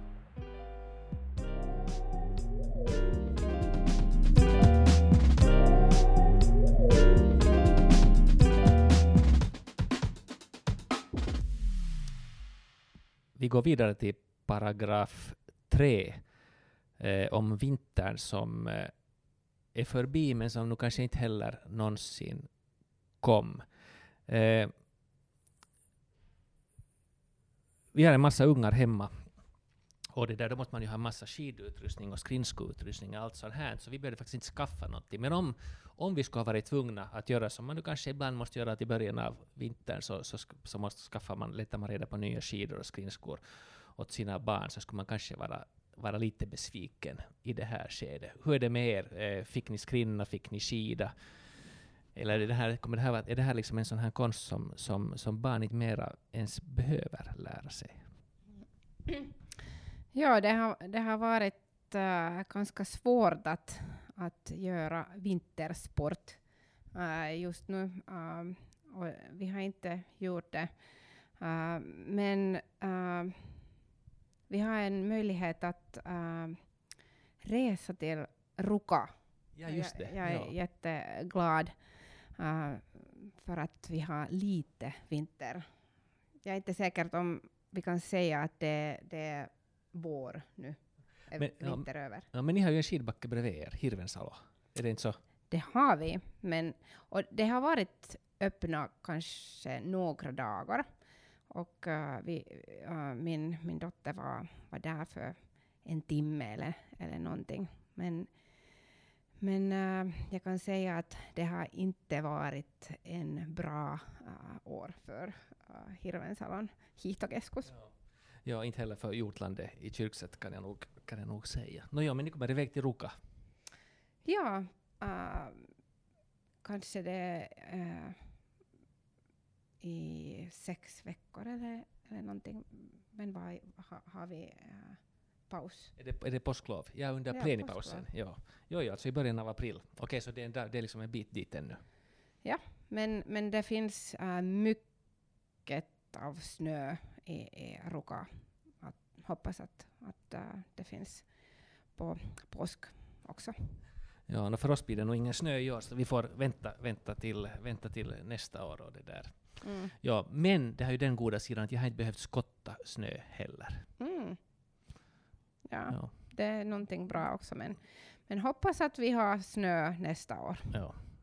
Vi går vidare till paragraf tre eh, om vintern som eh, är förbi men som nog kanske inte heller någonsin kom. Eh, vi har en massa ungar hemma och det där, då måste man ju ha massa skidutrustning och skridskoutrustning och allt sånt här, så vi behövde faktiskt inte skaffa någonting. Men om, om vi skulle ha varit tvungna att göra som man nu kanske ibland måste göra till början av vintern, så, så, så måste skaffa man, letar man reda på nya skidor och skridskor åt sina barn, så skulle man kanske vara, vara lite besviken i det här skedet. Hur är det med er? Eh, fick ni skrinna, fick ni skida? Eller är det här, kommer det här, är det här liksom en sån här konst som, som, som barn inte mera ens behöver lära sig? Ja, det har, det har varit äh, ganska svårt att, att göra vintersport äh, just nu. Äh, och vi har inte gjort det. Äh, men äh, vi har en möjlighet att äh, resa till Ruka. Ja, just det. Jag, jag är ja. jätteglad äh, för att vi har lite vinter. Jag är inte säker om vi kan säga att det, det är vår nu. Är Men, vinter ja, över. Ja, men ni har ju en skidbacke bredvid er, Hirvensalo. Är det inte så? Det har vi, men och det har varit öppna kanske några dagar. Och uh, vi, uh, min, min dotter var, var där för en timme eller, eller någonting. Men, men uh, jag kan säga att det har inte varit en bra uh, år för uh, Hirvensalon hiihtokeskus. Ja. Ja, inte heller för Hjortlandet i Kyrkset kan jag nog, kan jag nog säga. No joo, men ni kommer iväg till Ruka. Ja, uh, kanske det uh, i sex veckor eller, eller någonting. Men vad ha, har vi uh, paus? Är det, är det påsklov? Ja, under Ja, plenipausen. påsklov. Jo, jo, jo, alltså i början av april. Okej, så det är, en, dag- det är liksom en bit dit ännu. Ja, men, men det finns uh, mycket av snö i, i Ruka. Att, hoppas att, att uh, det finns på påsk också. Ja, no för oss blir det nog ingen snö i år, så vi får vänta, vänta, till, vänta till nästa år. Och det där. Mm. Ja, men det har ju den goda sidan att jag har inte behövt skotta snö heller. Mm. Ja, Ja, det är någonting bra också. Men, men hoppas att vi har snö nästa år. ja.